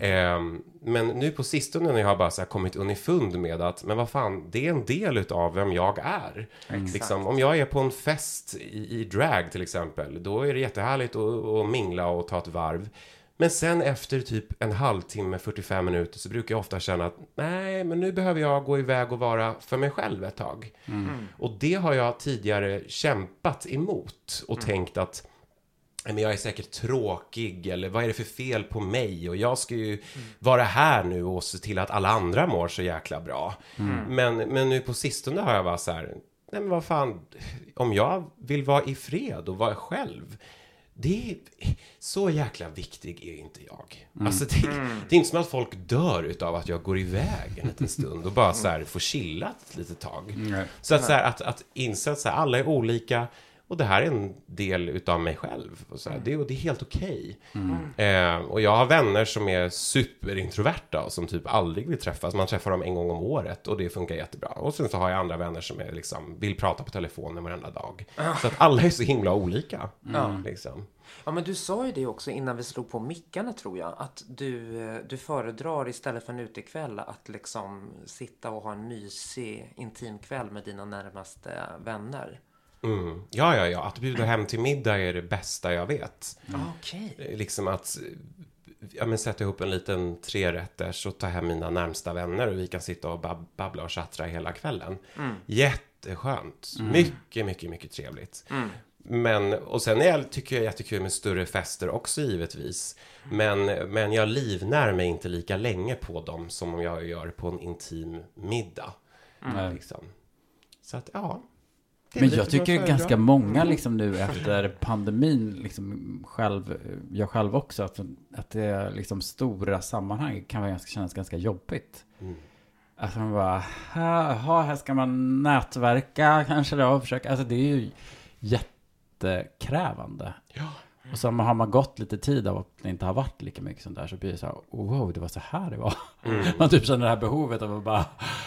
Men nu på sistone när jag har bara så här kommit underfund med att, men vad fan, det är en del av vem jag är. Liksom, om jag är på en fest i drag till exempel, då är det jättehärligt att mingla och ta ett varv. Men sen efter typ en halvtimme, 45 minuter så brukar jag ofta känna att nej, men nu behöver jag gå iväg och vara för mig själv ett tag. Och det har jag tidigare kämpat emot och tänkt att men jag är säkert tråkig eller vad är det för fel på mig och jag ska ju vara här nu och se till att alla andra mår så jäkla bra. Men nu på sistone har jag bara så här, nej men vad fan, om jag vill vara i fred och vara själv, det är så jäkla viktig är inte jag. Alltså det är inte som att folk dör utav att jag går iväg en liten stund och bara så här får chilla ett litet tag. Så att så här, att inse att så här, alla är olika och det här är en del utav mig själv. Och så här, det är helt okej. Och jag har vänner som är superintroverta och som typ aldrig vill träffas. Man träffar dem en gång om året och det funkar jättebra. Och sen så har jag andra vänner som är liksom, vill prata på telefonen varenda dag. Så att alla är så himla olika. Liksom. Ja, men du sa ju det också innan vi slog på mickarna tror jag. Att du föredrar istället för en utekväll att liksom sitta och ha en mysig intim kväll med dina närmaste vänner. Ja. Att bjuda hem till middag är det bästa jag vet. Okej. Liksom att sätta ihop en liten 3-rätters och ta hem mina närmsta vänner och vi kan sitta och babbla och chattra hela kvällen. Jätteskönt. Mycket, mycket, mycket trevligt. Men, och sen tycker jag jättekul med större fester också givetvis. Men jag livnär mig inte lika länge på dem som om jag gör på en intim middag. Liksom. Så att, ja. Men jag tycker ganska många liksom nu efter pandemin liksom jag själv också att det är liksom stora sammanhang kan kännas ganska jobbigt. Alltså man bara här ska man nätverka kanske då och försöka, alltså det är ju jättekrävande. Ja. Och så har man gått lite tid av att det inte har varit lika mycket sånt där så blir det så här, wow, det var så här det var. Man typ känner det här behovet av att bara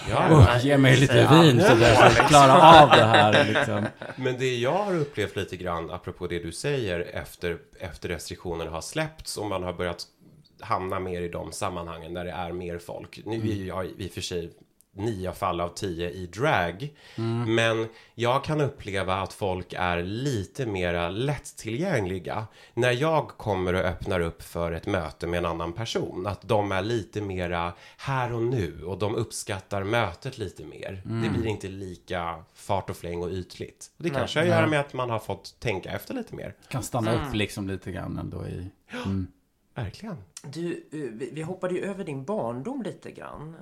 ge mig lite vin så där för att klara av det här liksom. Men det jag har upplevt lite grann apropå det du säger efter restriktionerna har släppts och man har börjat hamna mer i de sammanhangen där det är mer folk. Nu är jag i och för sig 9 fall av 10 i drag. Men jag kan uppleva att folk är lite mer lättillgängliga när jag kommer och öppnar upp för ett möte med en annan person. Att de är lite mera här och nu och de uppskattar mötet lite mer. Det blir inte lika fart och fläng och ytligt. Och det kanske har att göra med att man har fått tänka efter lite mer. Kan stanna upp liksom lite grann ändå i... Verkligen. Du, vi hoppade ju över din barndom lite grann.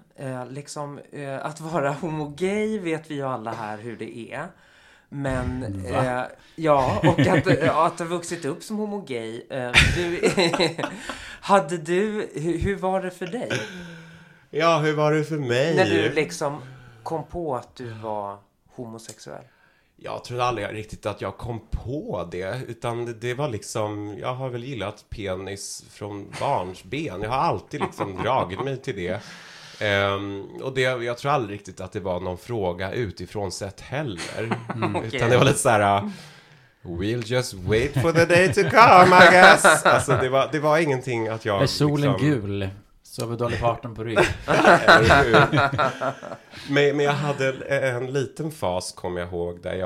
Att vara homogay vet vi ju alla här hur det är. Men, och att ha vuxit upp som homogay. Hur var det för dig? Ja, hur var det för mig? När du liksom kom på att du var homosexuell. Jag tror aldrig riktigt att jag kom på det, utan det var liksom, jag har väl gillat penis från barnsben. Jag har alltid liksom dragit mig till det. Och jag tror aldrig riktigt att det var någon fråga utifrån sett heller. Utan det var lite så här, we'll just wait for the day to come, I guess. Alltså det var ingenting att jag... Är solen gul? Sover Dolly Parton på rygg? Men jag hade en liten fas, kommer jag ihåg, där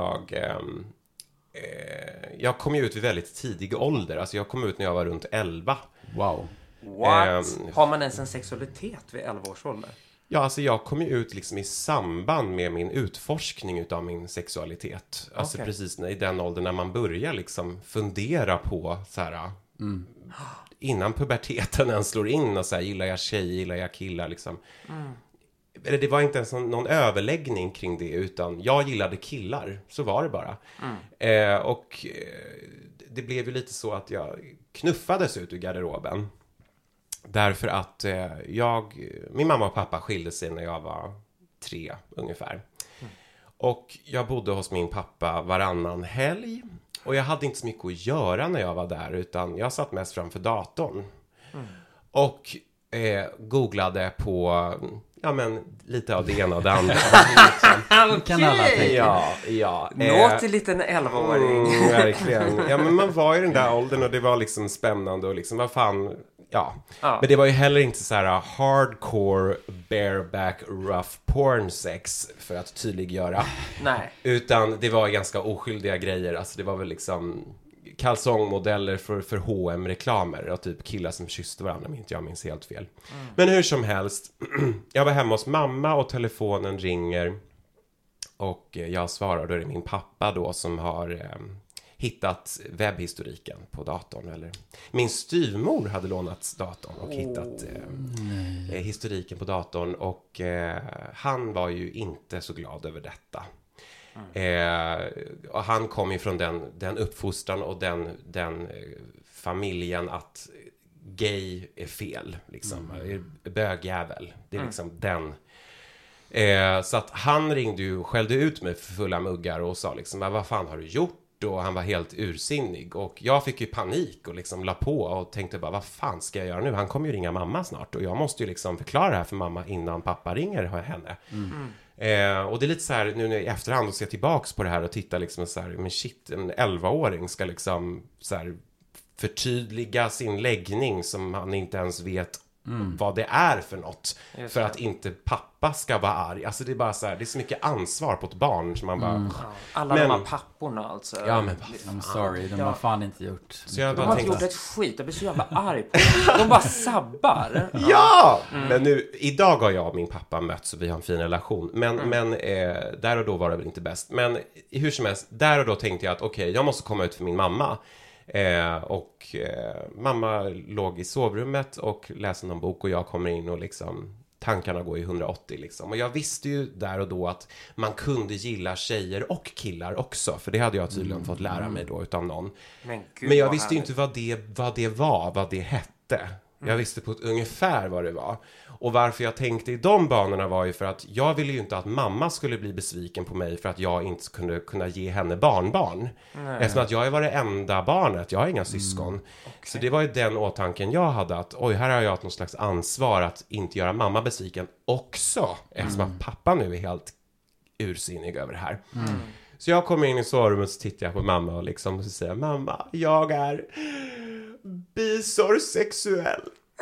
jag kom ut vid väldigt tidig ålder. Alltså jag kom ut när jag var runt 11. Wow. What? Har man ens en sexualitet vid 11 års ålder? Ja, alltså jag kom ju ut liksom i samband med min utforskning utav min sexualitet. Alltså precis i den åldern när man börjar liksom fundera på så här... Innan puberteten ens slår in och så här, gillar jag tjej, gillar jag killar liksom. Eller det var inte ens någon överläggning kring det, utan jag gillade killar, så var det bara. Det blev ju lite så att jag knuffades ut ur garderoben. Därför att min mamma och pappa skilde sig när jag var 3 ungefär. Och jag bodde hos min pappa varannan helg. Och jag hade inte så mycket att göra när jag var där, utan jag satt mest framför datorn. Och googlade på lite av det ena och det andra. Kan alla tänka. Ja. Nåt till liten 11-åring. Verkligen. Ja, men man var i den där åldern och det var liksom spännande och liksom, vad fan... Ja. Men det var ju heller inte så här hardcore bareback rough porn sex för att tydliggöra. Nej. Utan det var ganska oskyldiga grejer. Alltså det var väl liksom kalsongmodeller för H&M-reklamer och typ killar som kysste varandra, om inte jag minns helt fel. Men hur som helst, jag var hemma hos mamma och telefonen ringer och jag svarar, då är det min pappa då som har hittat webbhistoriken på datorn. Eller min styvmor hade lånat datorn och hittat historiken på datorn, och han var ju inte så glad över detta. Och han kom ju från den uppfostran och den familjen att gay är fel liksom, bögjävel, det är liksom den. Så att han ringde ju och skällde ut mig för fulla muggar och sa liksom, vad fan har du gjort? Och han var helt ursinnig, och jag fick ju panik och liksom la på och tänkte bara, vad fan ska jag göra nu? Han kommer ju ringa mamma snart och jag måste ju liksom förklara det här för mamma innan pappa ringer henne. Och det är lite så här nu i efterhand att se tillbaks på det här och titta liksom så här, men shit, en 11-åring ska liksom så här förtydliga sin läggning som han inte ens vet vad det är för något, för att inte pappa ska vara arg. Alltså det är bara så här, det är så mycket ansvar på ett barn som man bara... Alla de här papporna alltså. Ja, men I'm sorry, de har fan inte gjort. Så jag de har inte gjort ett skit, jag blir så jävla arg på dem. De bara sabbar. Ja! Men nu, idag har jag och min pappa mötts och vi har en fin relation. Men där och då var det väl inte bäst. Men hur som helst, där och då tänkte jag att okej, jag måste komma ut för min mamma. Mamma låg i sovrummet och läste någon bok och jag kommer in och liksom tankarna går i 180 liksom. Och jag visste ju där och då att man kunde gilla tjejer och killar också, för det hade jag tydligen fått lära mig då utav någon. Men jag visste ju inte vad det hette. Jag visste på ett ungefär vad det var. Och varför jag tänkte i de banorna var ju för att jag ville ju inte att mamma skulle bli besviken på mig för att jag inte skulle kunna ge henne barnbarn. Eftersom att jag var det enda barnet, jag har inga syskon. Så det var ju den åtanken jag hade, att oj, här har jag någon slags ansvar att inte göra mamma besviken också. Eftersom att pappa nu är helt ursinnig över det här. Så jag kommer in i sovrummet och tittar på mamma och liksom så säger, mamma, jag är bisorsexuell.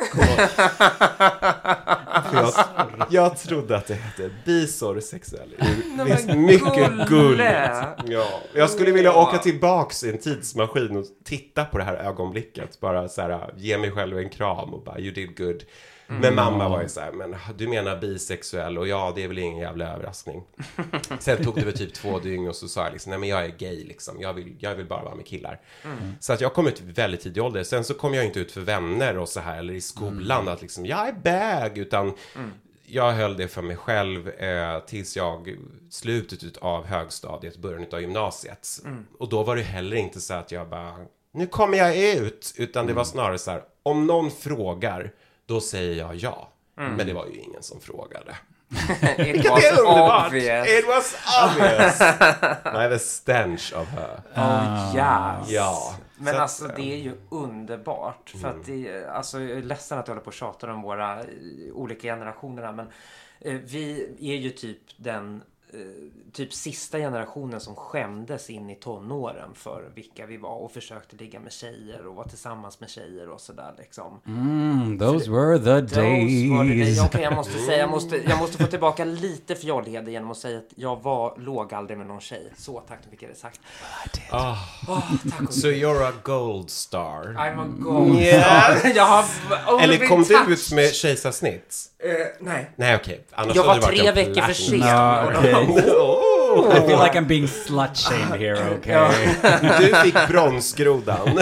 Jag trodde att det hette bisorsexuell. Det finns mycket guld. Ja. Jag skulle vilja åka tillbaks i en tidsmaskin och titta på det här ögonblicket. Bara så här, ge mig själv en kram och bara, you did good. Men mamma var ju så här, men du menar bisexuell? Och ja, det är väl ingen jävla överraskning. Sen tog det väl typ 2 dygn och så sa jag liksom, nej men jag är gay liksom. Jag vill bara vara med killar. Så att jag kom ut väldigt tidig ålder. Sen så kom jag inte ut för vänner och så här, eller i skolan att liksom, jag är bög, utan jag höll det för mig själv tills jag slutet av högstadiet, början av gymnasiet. Och då var det heller inte så att jag bara, nu kommer jag ut, utan det var snarare så här, om någon frågar, då säger jag ja. Men det var ju ingen som frågade. It was obvious. It was obvious. Nej, the stench of her. Oh, yes. Ja. Men alltså det är ju underbart. För att det, alltså, jag är ledsen att jag håller på och tjatar om våra olika generationerna. Men vi är ju typ den typ sista generationen som skämdes in i tonåren för vilka vi var och försökte ligga med tjejer och vara tillsammans med tjejer och sådär liksom. Those were the days. Okej, jag måste få tillbaka lite fjollighet genom att säga att jag låg aldrig med någon tjej. Så tack, nu fick jag det sagt. Tack. So you're a gold star. I'm a gold star. Jag har eller kom du ut med kejsarsnitt? Nej. Nej, okej. Jag var 3 veckor för sent. I feel like I'm being slut-shamed here, okay? Du fick bronsgrodan.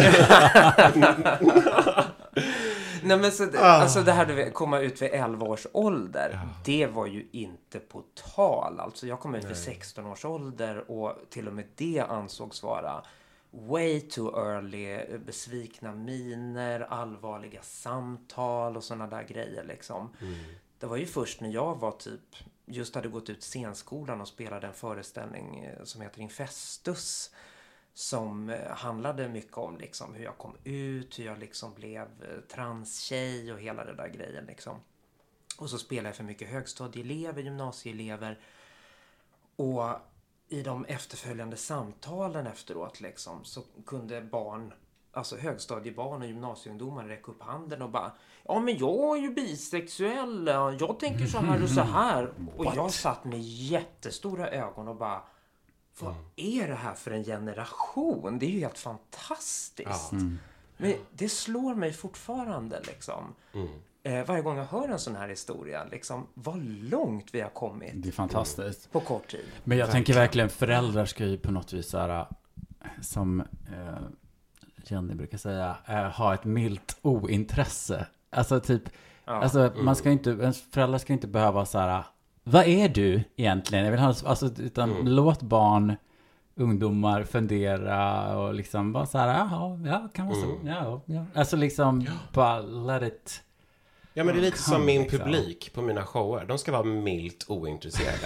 Nej, men så, alltså det här att komma ut vid 11 års ålder, det var ju inte på tal. Alltså jag kom ut vid 16 års ålder och till och med det ansågs vara way too early, besvikna miner, allvarliga samtal och såna där grejer liksom. Det var ju först när jag var typ just hade gått ut scenskolan och spelade en föreställning som heter Infestus, som handlade mycket om liksom hur jag kom ut, hur jag liksom blev transtjej och hela det där grejen liksom. Och så spelade jag för mycket högstadieelever, gymnasieelever, och i de efterföljande samtalen efteråt liksom så kunde barn, alltså högstadiebarn och gymnasieungdomar, räcka upp handen och bara, ja men jag är ju bisexuell, jag tänker så här och så här. Och jag satt med jättestora ögon och bara, vad är det här för en generation? Det är ju helt fantastiskt. Men det slår mig fortfarande liksom. Varje gång jag hör en sån här historia liksom, vad långt vi har kommit. Det är fantastiskt. På kort tid. Men jag tänker verkligen, föräldrar ska ju på något vis så här, som Jenny brukar säga, ha ett milt ointresse. Alltså typ, alltså man ska inte, ens föräldrar ska inte behöva så här, vad är du egentligen? Jag vill ha, alltså, utan låt barn, ungdomar fundera och liksom bara så här, ja, kan man så, ja. Alltså liksom, bara let it. Ja, men det är lite som min publik på mina shower. De ska vara milt ointresserade.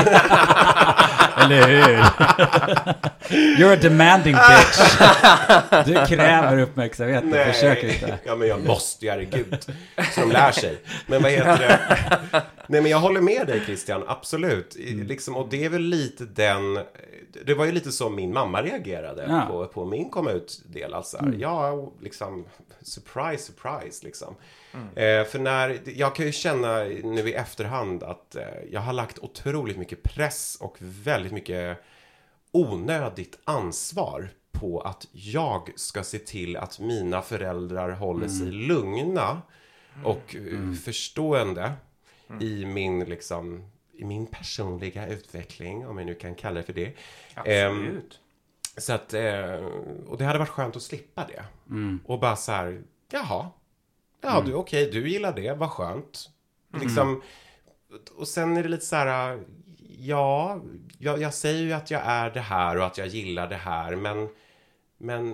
Eller hur? You're a demanding bitch. Du kräver uppmärksamhet. Nej. Försöker inte. Ja, men jag måste, herregud. Så de lär sig. Men vad heter det? Nej, men jag håller med dig, Christian. Absolut. Liksom, och det är väl lite den... Det var ju lite som min mamma reagerade på min komma ut-del. Alltså, ja, liksom... Surprise, liksom. För när... Jag kan ju känna nu i efterhand att jag har lagt otroligt mycket press och väldigt mycket onödigt ansvar på att jag ska se till att mina föräldrar håller sig lugna och förstående i min liksom, i min personliga utveckling, om jag nu kan kalla det för det. Absolut. Så att, och det hade varit skönt att slippa det. Och bara så här, jaha, du okej, du gillar det, vad skönt. Liksom, och sen är det lite så här, ja, jag säger ju att jag är det här och att jag gillar det här, men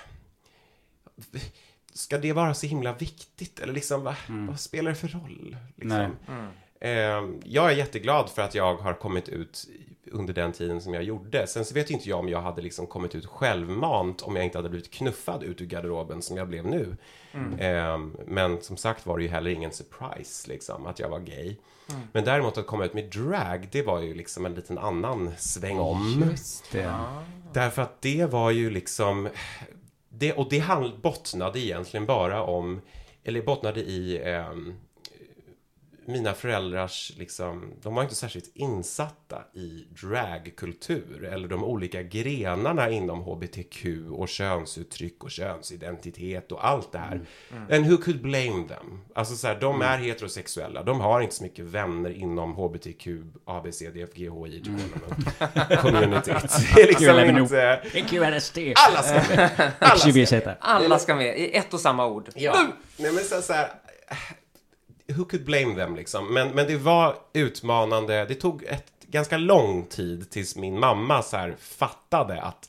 ska det vara så himla viktigt? Eller liksom, vad spelar det för roll? Liksom? Jag är jätteglad för att jag har kommit ut under den tiden som jag gjorde. Sen så vet inte jag om jag hade liksom kommit ut självmant om jag inte hade blivit knuffad ut ur garderoben som jag blev nu. Men som sagt var det ju heller ingen surprise liksom, att jag var gay. Men däremot att komma ut med drag, det var ju liksom en liten annan sväng om. Just det. Därför att det var ju liksom... Det bottnade egentligen bara om... Eller bottnade i... mina föräldrars liksom, de var inte särskilt insatta i dragkultur eller de olika grenarna inom HBTQ och könsuttryck och könsidentitet och allt det här. And who could blame them? Alltså så här, de är heterosexuella. De har inte så mycket vänner inom HBTQ, ABCDFGHI communityt. Liksom inte... Alla ska med. Alla ska med i ett och samma ord. Ja. Nej, men så här, who could blame them liksom. Men det var utmanande. Det tog ett ganska lång tid tills min mamma så här fattade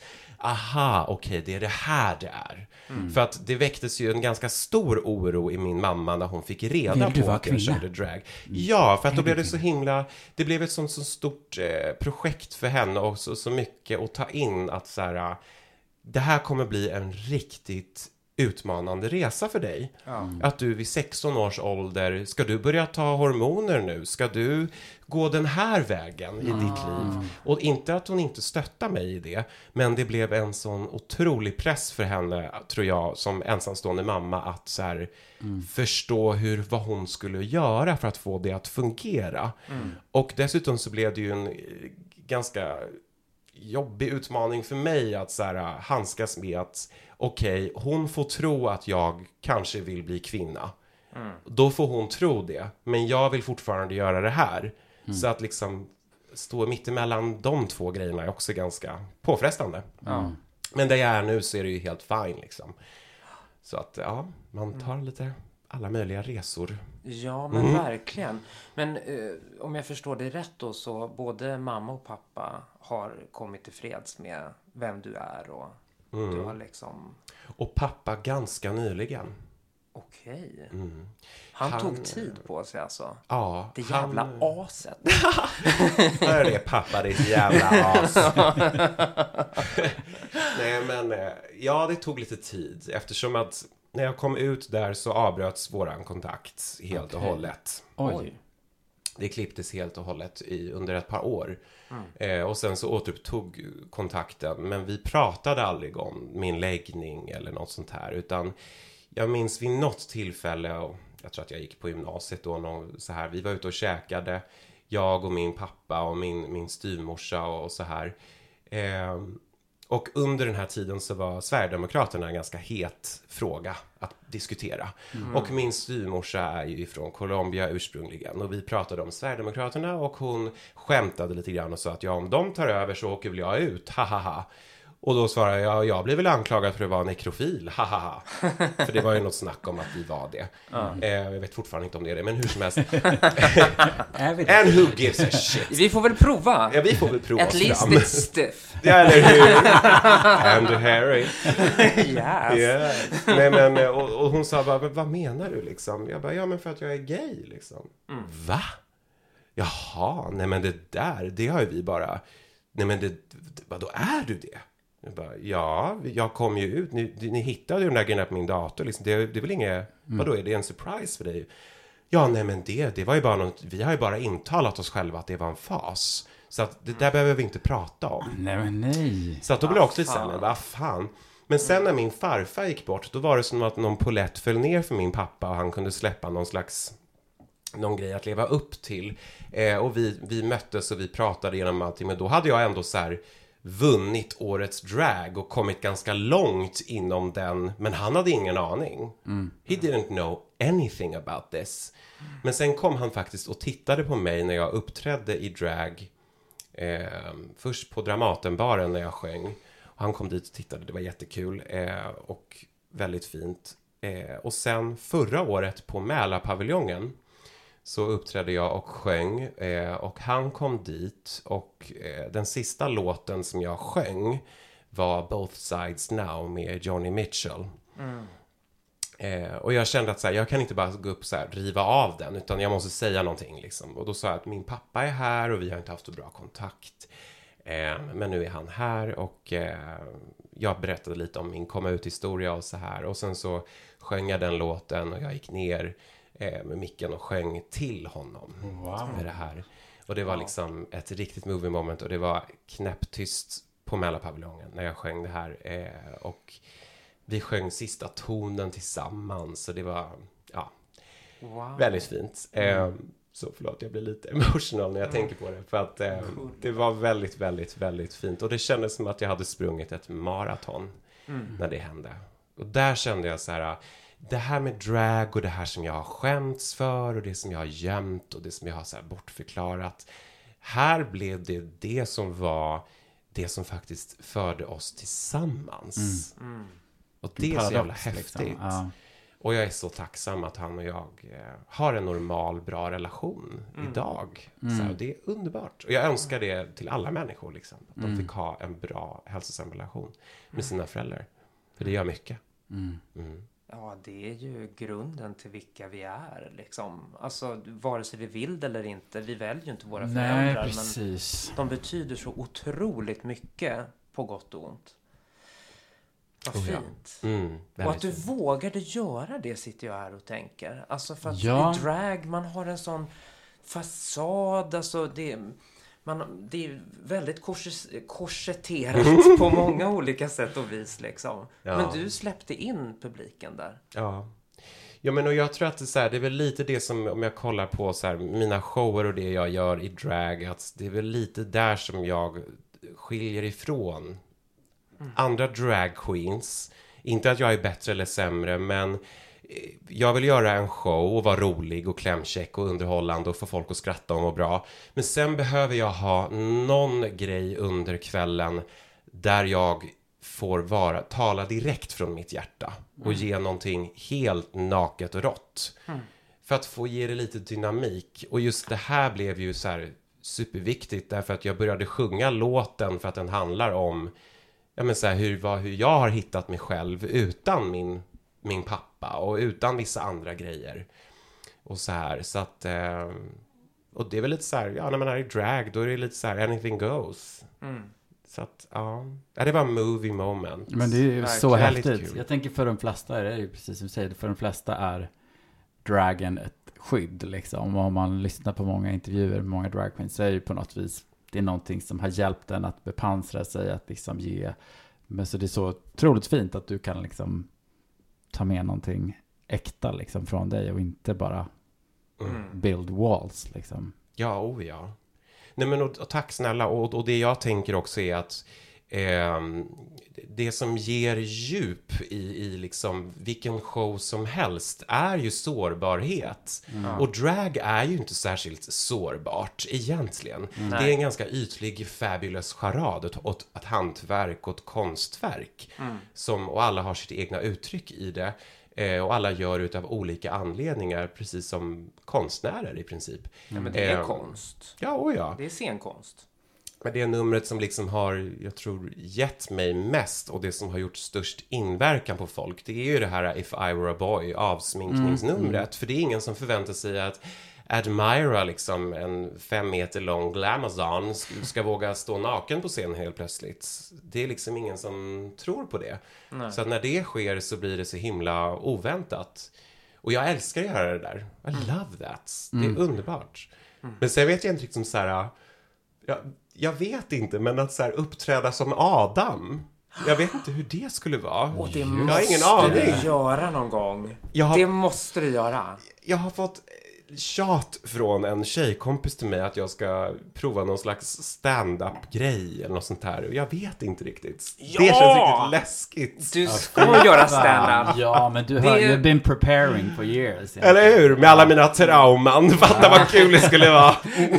aha, okej, det är det här det är. För att det väcktes ju en ganska stor oro i min mamma när hon fick reda på att jag körde drag. Ja, för att då blev det så himla, det blev ett sånt så stort projekt för henne och så mycket att ta in att så här, det här kommer bli en riktigt utmanande resa för dig. Att du vid 16 års ålder, ska du börja ta hormoner nu? Ska du gå den här vägen i ditt liv? Och inte att hon inte stöttar mig i det, men det blev en sån otrolig press för henne, tror jag, som ensamstående mamma, att så här, förstå vad hon skulle göra för att få det att fungera. Och dessutom så blev det ju en ganska jobbig utmaning för mig att så här, handskas med att okej, hon får tro att jag kanske vill bli kvinna. Då får hon tro det. Men jag vill fortfarande göra det här. Så att liksom stå mittemellan de två grejerna är också ganska påfrestande. Men där jag är nu så är det ju helt fine liksom. Så att ja, man tar lite alla möjliga resor. Ja, men verkligen. Men om jag förstår det rätt då, så både mamma och pappa har kommit till freds med vem du är och du har liksom... Och pappa ganska nyligen. Okej. Han tog tid på sig alltså. Ja. Det jävla aset. Hör det, pappa, det är ett jävla as. Nej, men ja, det tog lite tid. Eftersom att när jag kom ut där så avbröts våran kontakt helt och hållet. Oj. Det klipptes helt och hållet under ett par år. Och sen så återupptog kontakten. Men vi pratade aldrig om min läggning eller något sånt här. Utan jag minns vid något tillfälle, och jag tror att jag gick på gymnasiet då, så här, vi var ute och käkade. Jag och min pappa och min styvmorsa och så här. Och under den här tiden så var Sverigedemokraterna en ganska het fråga att diskutera. Och min styvmorsa är ju ifrån Colombia ursprungligen. Och vi pratade om Sverigedemokraterna och hon skämtade lite grann och sa att ja, om de tar över så åker väl jag ut, hahaha. Och då svarade jag blir väl anklagad för att vara nekrofil, hahaha. För det var ju något snack om att vi var det. Jag vet fortfarande inte om det är det, men hur som helst. And who gives a shit? Vi får väl prova. Ja, vi får väl prova. At least it's stiff. Ja, eller hur? And Harry. Yes. Yeah. Nej, men, och hon sa bara, vad menar du liksom? Jag bara, ja men för att jag är gay liksom. Va? Jaha, nej men det där, det har ju vi bara... Nej men vadå, är du det? Jag bara, ja, jag kom ju ut. Ni hittade ju den där grejen på min dator. Liksom. Det är väl inget... Vadå, är det en surprise för dig? Ja, nej men det var ju bara något... Vi har ju bara intalat oss själva att det var en fas. Så att det där behöver vi inte prata om. Nej men nej. Så att då blev det också lite sen. Vad fan. Men sen när min farfar gick bort, då var det som att någon polett föll ner för min pappa. Och han kunde släppa någon grej att leva upp till. Och vi möttes och vi pratade genom allting. Men då hade jag ändå så här vunnit årets drag och kommit ganska långt inom den. Men han hade ingen aning. He didn't know anything about this. Men sen kom han faktiskt och tittade på mig när jag uppträdde i drag. Först på Dramatenbaren när jag sjöng. Och han kom dit och tittade, det var jättekul. Och väldigt fint. Och sen förra året på Mälarpaviljongen så uppträdde jag och sjöng, och han kom dit och den sista låten som jag sjöng var Both Sides Now med Johnny Mitchell. Och jag kände att så här, jag kan inte bara gå upp så här, riva av den, utan jag måste säga någonting liksom. Och då sa jag att min pappa är här och vi har inte haft så bra kontakt. Men nu är han här och jag berättade lite om min komma ut historia och så här. Och sen så sjöng jag den låten och jag gick ner med micken och sjöng till honom med det här. Och det var liksom ett riktigt movie moment och det var knäpptyst på Mälarpaviljongen när jag sjöng det här. Och vi sjöng sista tonen tillsammans så det var väldigt fint. Så förlåt, jag blir lite emotional när jag tänker på det. För att det var väldigt, väldigt, väldigt fint. Och det kändes som att jag hade sprungit ett maraton när det hände. Och där kände jag så här, det här med drag och det här som jag har skämts för och det som jag har gömt och det som jag har så här bortförklarat. Här blev det som var det som faktiskt förde oss tillsammans. Och det är så jävla häftigt. Liksom. Ja. Och jag är så tacksam att han och jag har en normal, bra relation idag. Så det är underbart. Och jag önskar det till alla människor. Liksom, att de fick ha en bra, hälsosam relation med sina föräldrar. För det gör mycket. Ja, det är ju grunden till vilka vi är. Liksom. Alltså, vare sig vi vill det eller inte. Vi väljer ju inte våra föräldrar. Nej, precis. Men de betyder så otroligt mycket på gott och ont. Vad fint. Och att du vågade göra det sitter jag här och tänker. Alltså för att i drag man har en sån fasad. Alltså det är väldigt korsetterat på många olika sätt och vis liksom. Ja. Men du släppte in publiken där. Ja, men och jag tror att det är väl lite det som, om jag kollar på så här, mina shower och det jag gör i drag, att det är väl lite där som jag skiljer ifrån andra drag queens. Inte att jag är bättre eller sämre, men jag vill göra en show och vara rolig och klämkäck och underhållande och få folk att skratta och må bra. Men sen behöver jag ha någon grej under kvällen där jag får tala direkt från mitt hjärta och ge någonting helt naket och rått. För att få ge det lite dynamik. Och just det här blev ju så här superviktigt därför att jag började sjunga låten för att den handlar om så här, hur jag har hittat mig själv utan min pappa och utan vissa andra grejer. Och så här, så att och det är väl lite så här, när man är i drag då är det lite så här, anything goes. Så att, det var en movie moment. Men det är ju så häftigt. Jag tänker för de flesta är det ju precis som du säger, för de flesta är dragen ett skydd liksom. Om man lyssnar på många intervjuer med många drag queens så är det ju på något vis det är någonting som har hjälpt den att bepansra sig, att liksom ge. Men så det är så otroligt fint att du kan liksom ta med någonting äkta liksom från dig och inte bara build walls liksom. Ja. Nej men och tack snälla. Och det jag tänker också är att det som ger djup i liksom vilken show som helst är ju sårbarhet. Och drag är ju inte särskilt sårbart egentligen. Det är en ganska ytlig fabulous charad åt ett hantverk och ett konstverk. Och alla har sitt egna uttryck i det. Och alla gör utav olika anledningar, precis som konstnärer i princip. Ja, men det är konst. Ja. Det är scenkonst. Men det numret som liksom har, jag tror, gett mig mest och det som har gjort störst inverkan på folk, det är ju det här If I Were a Boy, avsminkningsnumret. För det är ingen som förväntar sig att Admira, liksom en 5 meter lång glamazon, ska våga stå naken på scen helt plötsligt. Det är liksom ingen som tror på det. Nej. Så att när det sker så blir det så himla oväntat. Och jag älskar att göra det där. I love that. Det är underbart. Men sen vet jag inte riktigt så här... Jag vet inte, men att så här uppträda som Adam. Jag vet inte hur det skulle vara. Och det jag har ingen aning. Du göra någon gång. Det måste du göra. Jag har fått tjat från en tjejkompis till mig att jag ska prova någon slags stand-up-grej eller något sånt här. Och jag vet inte riktigt. Ja! Det känns riktigt läskigt. Du ska göra stand-up. Ja, men du har ju been preparing for years. Eller hur? Med alla mina trauman. Fatta vad kul det skulle vara.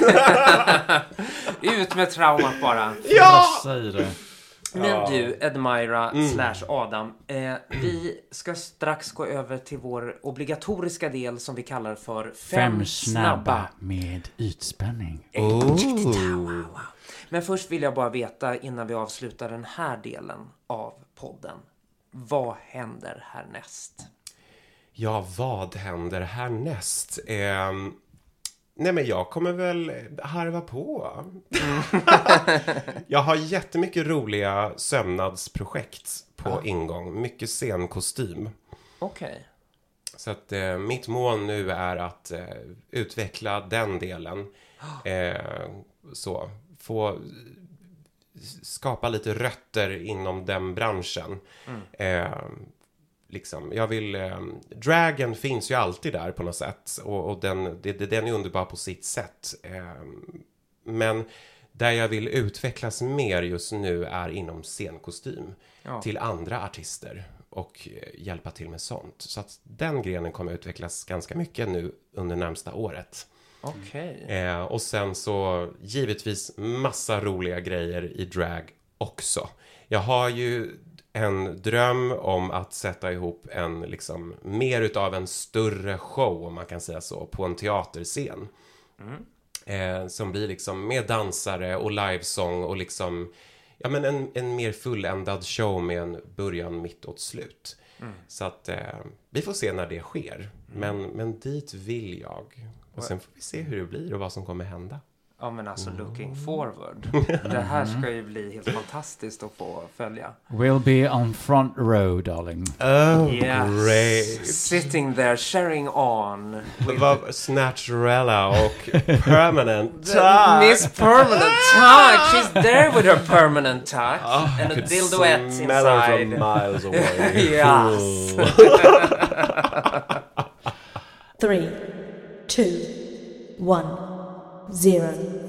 Ut med traumat bara. Ja! Säg det. Men du, Admira / Adam, vi ska strax gå över till vår obligatoriska del som vi kallar för 5 snabba med ytspänning. Men först vill jag bara veta innan vi avslutar den här delen av podden. Vad händer härnäst? Ja, vad händer härnäst? Nej, men jag kommer väl harva på. Jag har jättemycket roliga sömnadsprojekt på ingång. Mycket scenkostym. Okej. Så att mitt mål nu är att utveckla den delen. Få skapa lite rötter inom den branschen. Liksom, jag vill dragen finns ju alltid där på något sätt och den är underbar på sitt sätt, men där jag vill utvecklas mer just nu är inom scenkostym till andra artister och hjälpa till med sånt, så att den grenen kommer utvecklas ganska mycket nu under närmsta året. Och sen så givetvis massa roliga grejer i drag också. Jag har ju en dröm om att sätta ihop en liksom mer utav en större show, om man kan säga så, på en teaterscen. Som blir liksom med dansare och livesång och liksom, ja, men en mer fulländad show med en början, mitt och slut. Så att vi får se när det sker. Men dit vill jag. Och sen får vi se hur det blir och vad som kommer hända. Ja, men alltså looking forward. Det här ska ju bli helt fantastiskt att få följa. We'll be on front row, darling. Oh, yes. great. Sitting there, sharing on. Snatchrella och Permanent Touch. Miss Permanent Touch. She's there with her permanent touch. And a dildoette smell her inside. from miles away. Yes. 3, 2, 1, 0.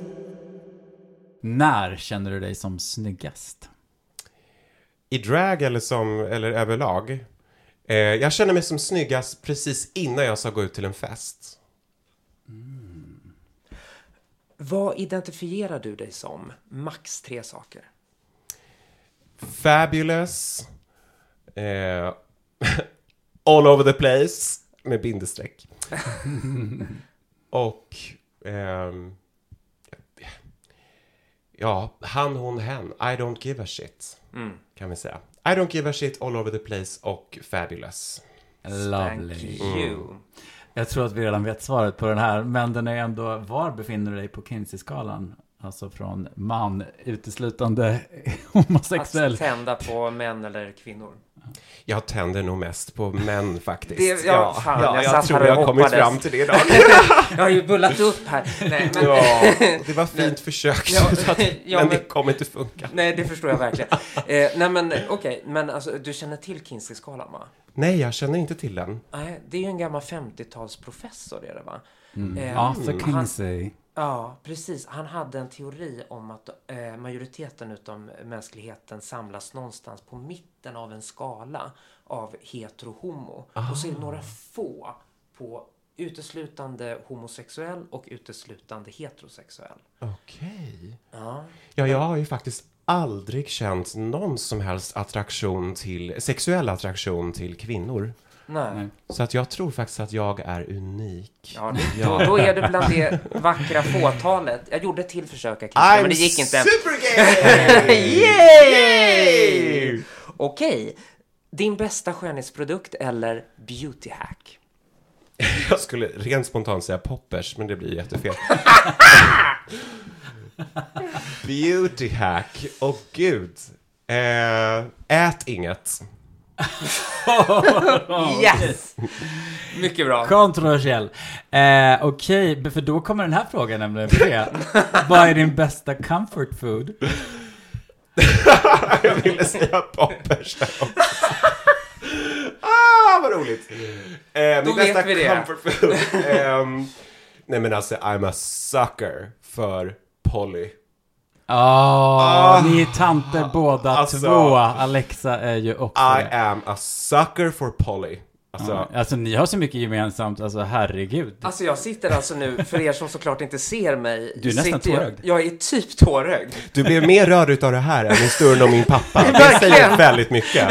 När känner du dig som snyggast? I drag eller överlag? Jag känner mig som snyggast precis innan jag ska gå ut till en fest. Vad identifierar du dig som? Max 3 saker. Fabulous. All over the place. Med bindestreck. Och ja, han, hon, hen. I don't give a shit. Kan vi säga. I don't give a shit, all over the place och fabulous. Lovely. Thank you. Jag tror att vi redan vet svaret på den här, men den är ändå, var befinner du dig på Kinsey-skalan? Alltså från man, uteslutande homosexuell. Att tända på män eller kvinnor. Jag tänder nog mest på män faktiskt. Jag tror jag har kommit fram till det idag. Jag har ju bullat upp här. Nej, men... Ja, det var fint försökt. Men det kommer inte funka. Nej, det förstår jag verkligen. Nej, men okej. Men alltså, du känner till Kinsey-skalan, va? Nej, jag känner inte till den. Nej, det är ju en gammal 50-talsprofessor, är det, va? Arthur Kinsey. Ja, precis. Han hade en teori om att majoriteten utav mänskligheten samlas någonstans på mitten av en skala av hetero-homo. Och så är det några få på uteslutande homosexuell och uteslutande heterosexuell. Okej. Ja. Ja, jag har ju faktiskt aldrig känt någon som helst sexuell attraktion till kvinnor. Nej. Så att jag tror faktiskt att jag är unik. Ja, då är du bland det vackra fåtalet. Jag gjorde ett till försök, men det gick inte. Supergay! Yay! Okej. Din bästa skönhetsprodukt eller beauty hack? Jag skulle rent spontant säga poppers, men det blir jättefel. Beauty hack. Åh gud. Ät inget. Yes! Mycket bra. Kontroversiell. Okej, för då kommer den här frågan nämligen. Vad är din bästa comfort food? Jag ville säga poppers. Vad roligt. Min bästa comfort food. Nej, men alltså, I'm a sucker för Polly. Ni är tanter båda två. Alexa är ju också I am a sucker for Polly. Alltså ni har så mycket gemensamt. Alltså herregud. Alltså jag sitter alltså nu, för er som såklart inte ser mig. Du är nästan tårögd. Jag är typ tårögd. Du blev mer rörd utav det här än historien om min pappa. Det säger väldigt mycket.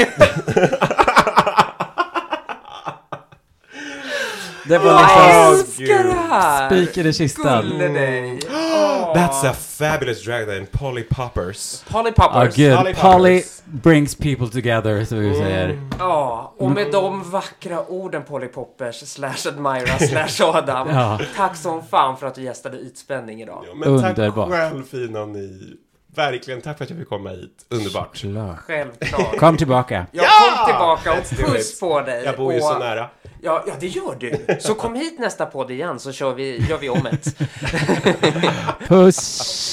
Det var spiken i kistan. That's a fabulous drag name, Polly Poppers. Polly Poppers. Polly brings people together, så vi säger. Ja, och med de vackra orden Polly Poppers /Admira/Adam. Tack som fan för att du gästade Ytspänning idag. Ja, men underbart. Tack själv, fina ni. Verkligen, tack för att jag fick komma hit. Underbart. Självklart. Kom tillbaka. Jag kom tillbaka och puss på dig. Jag bor ju så nära. Ja, det gör du. Så kom hit nästa podd igen så gör vi om ett. Puss.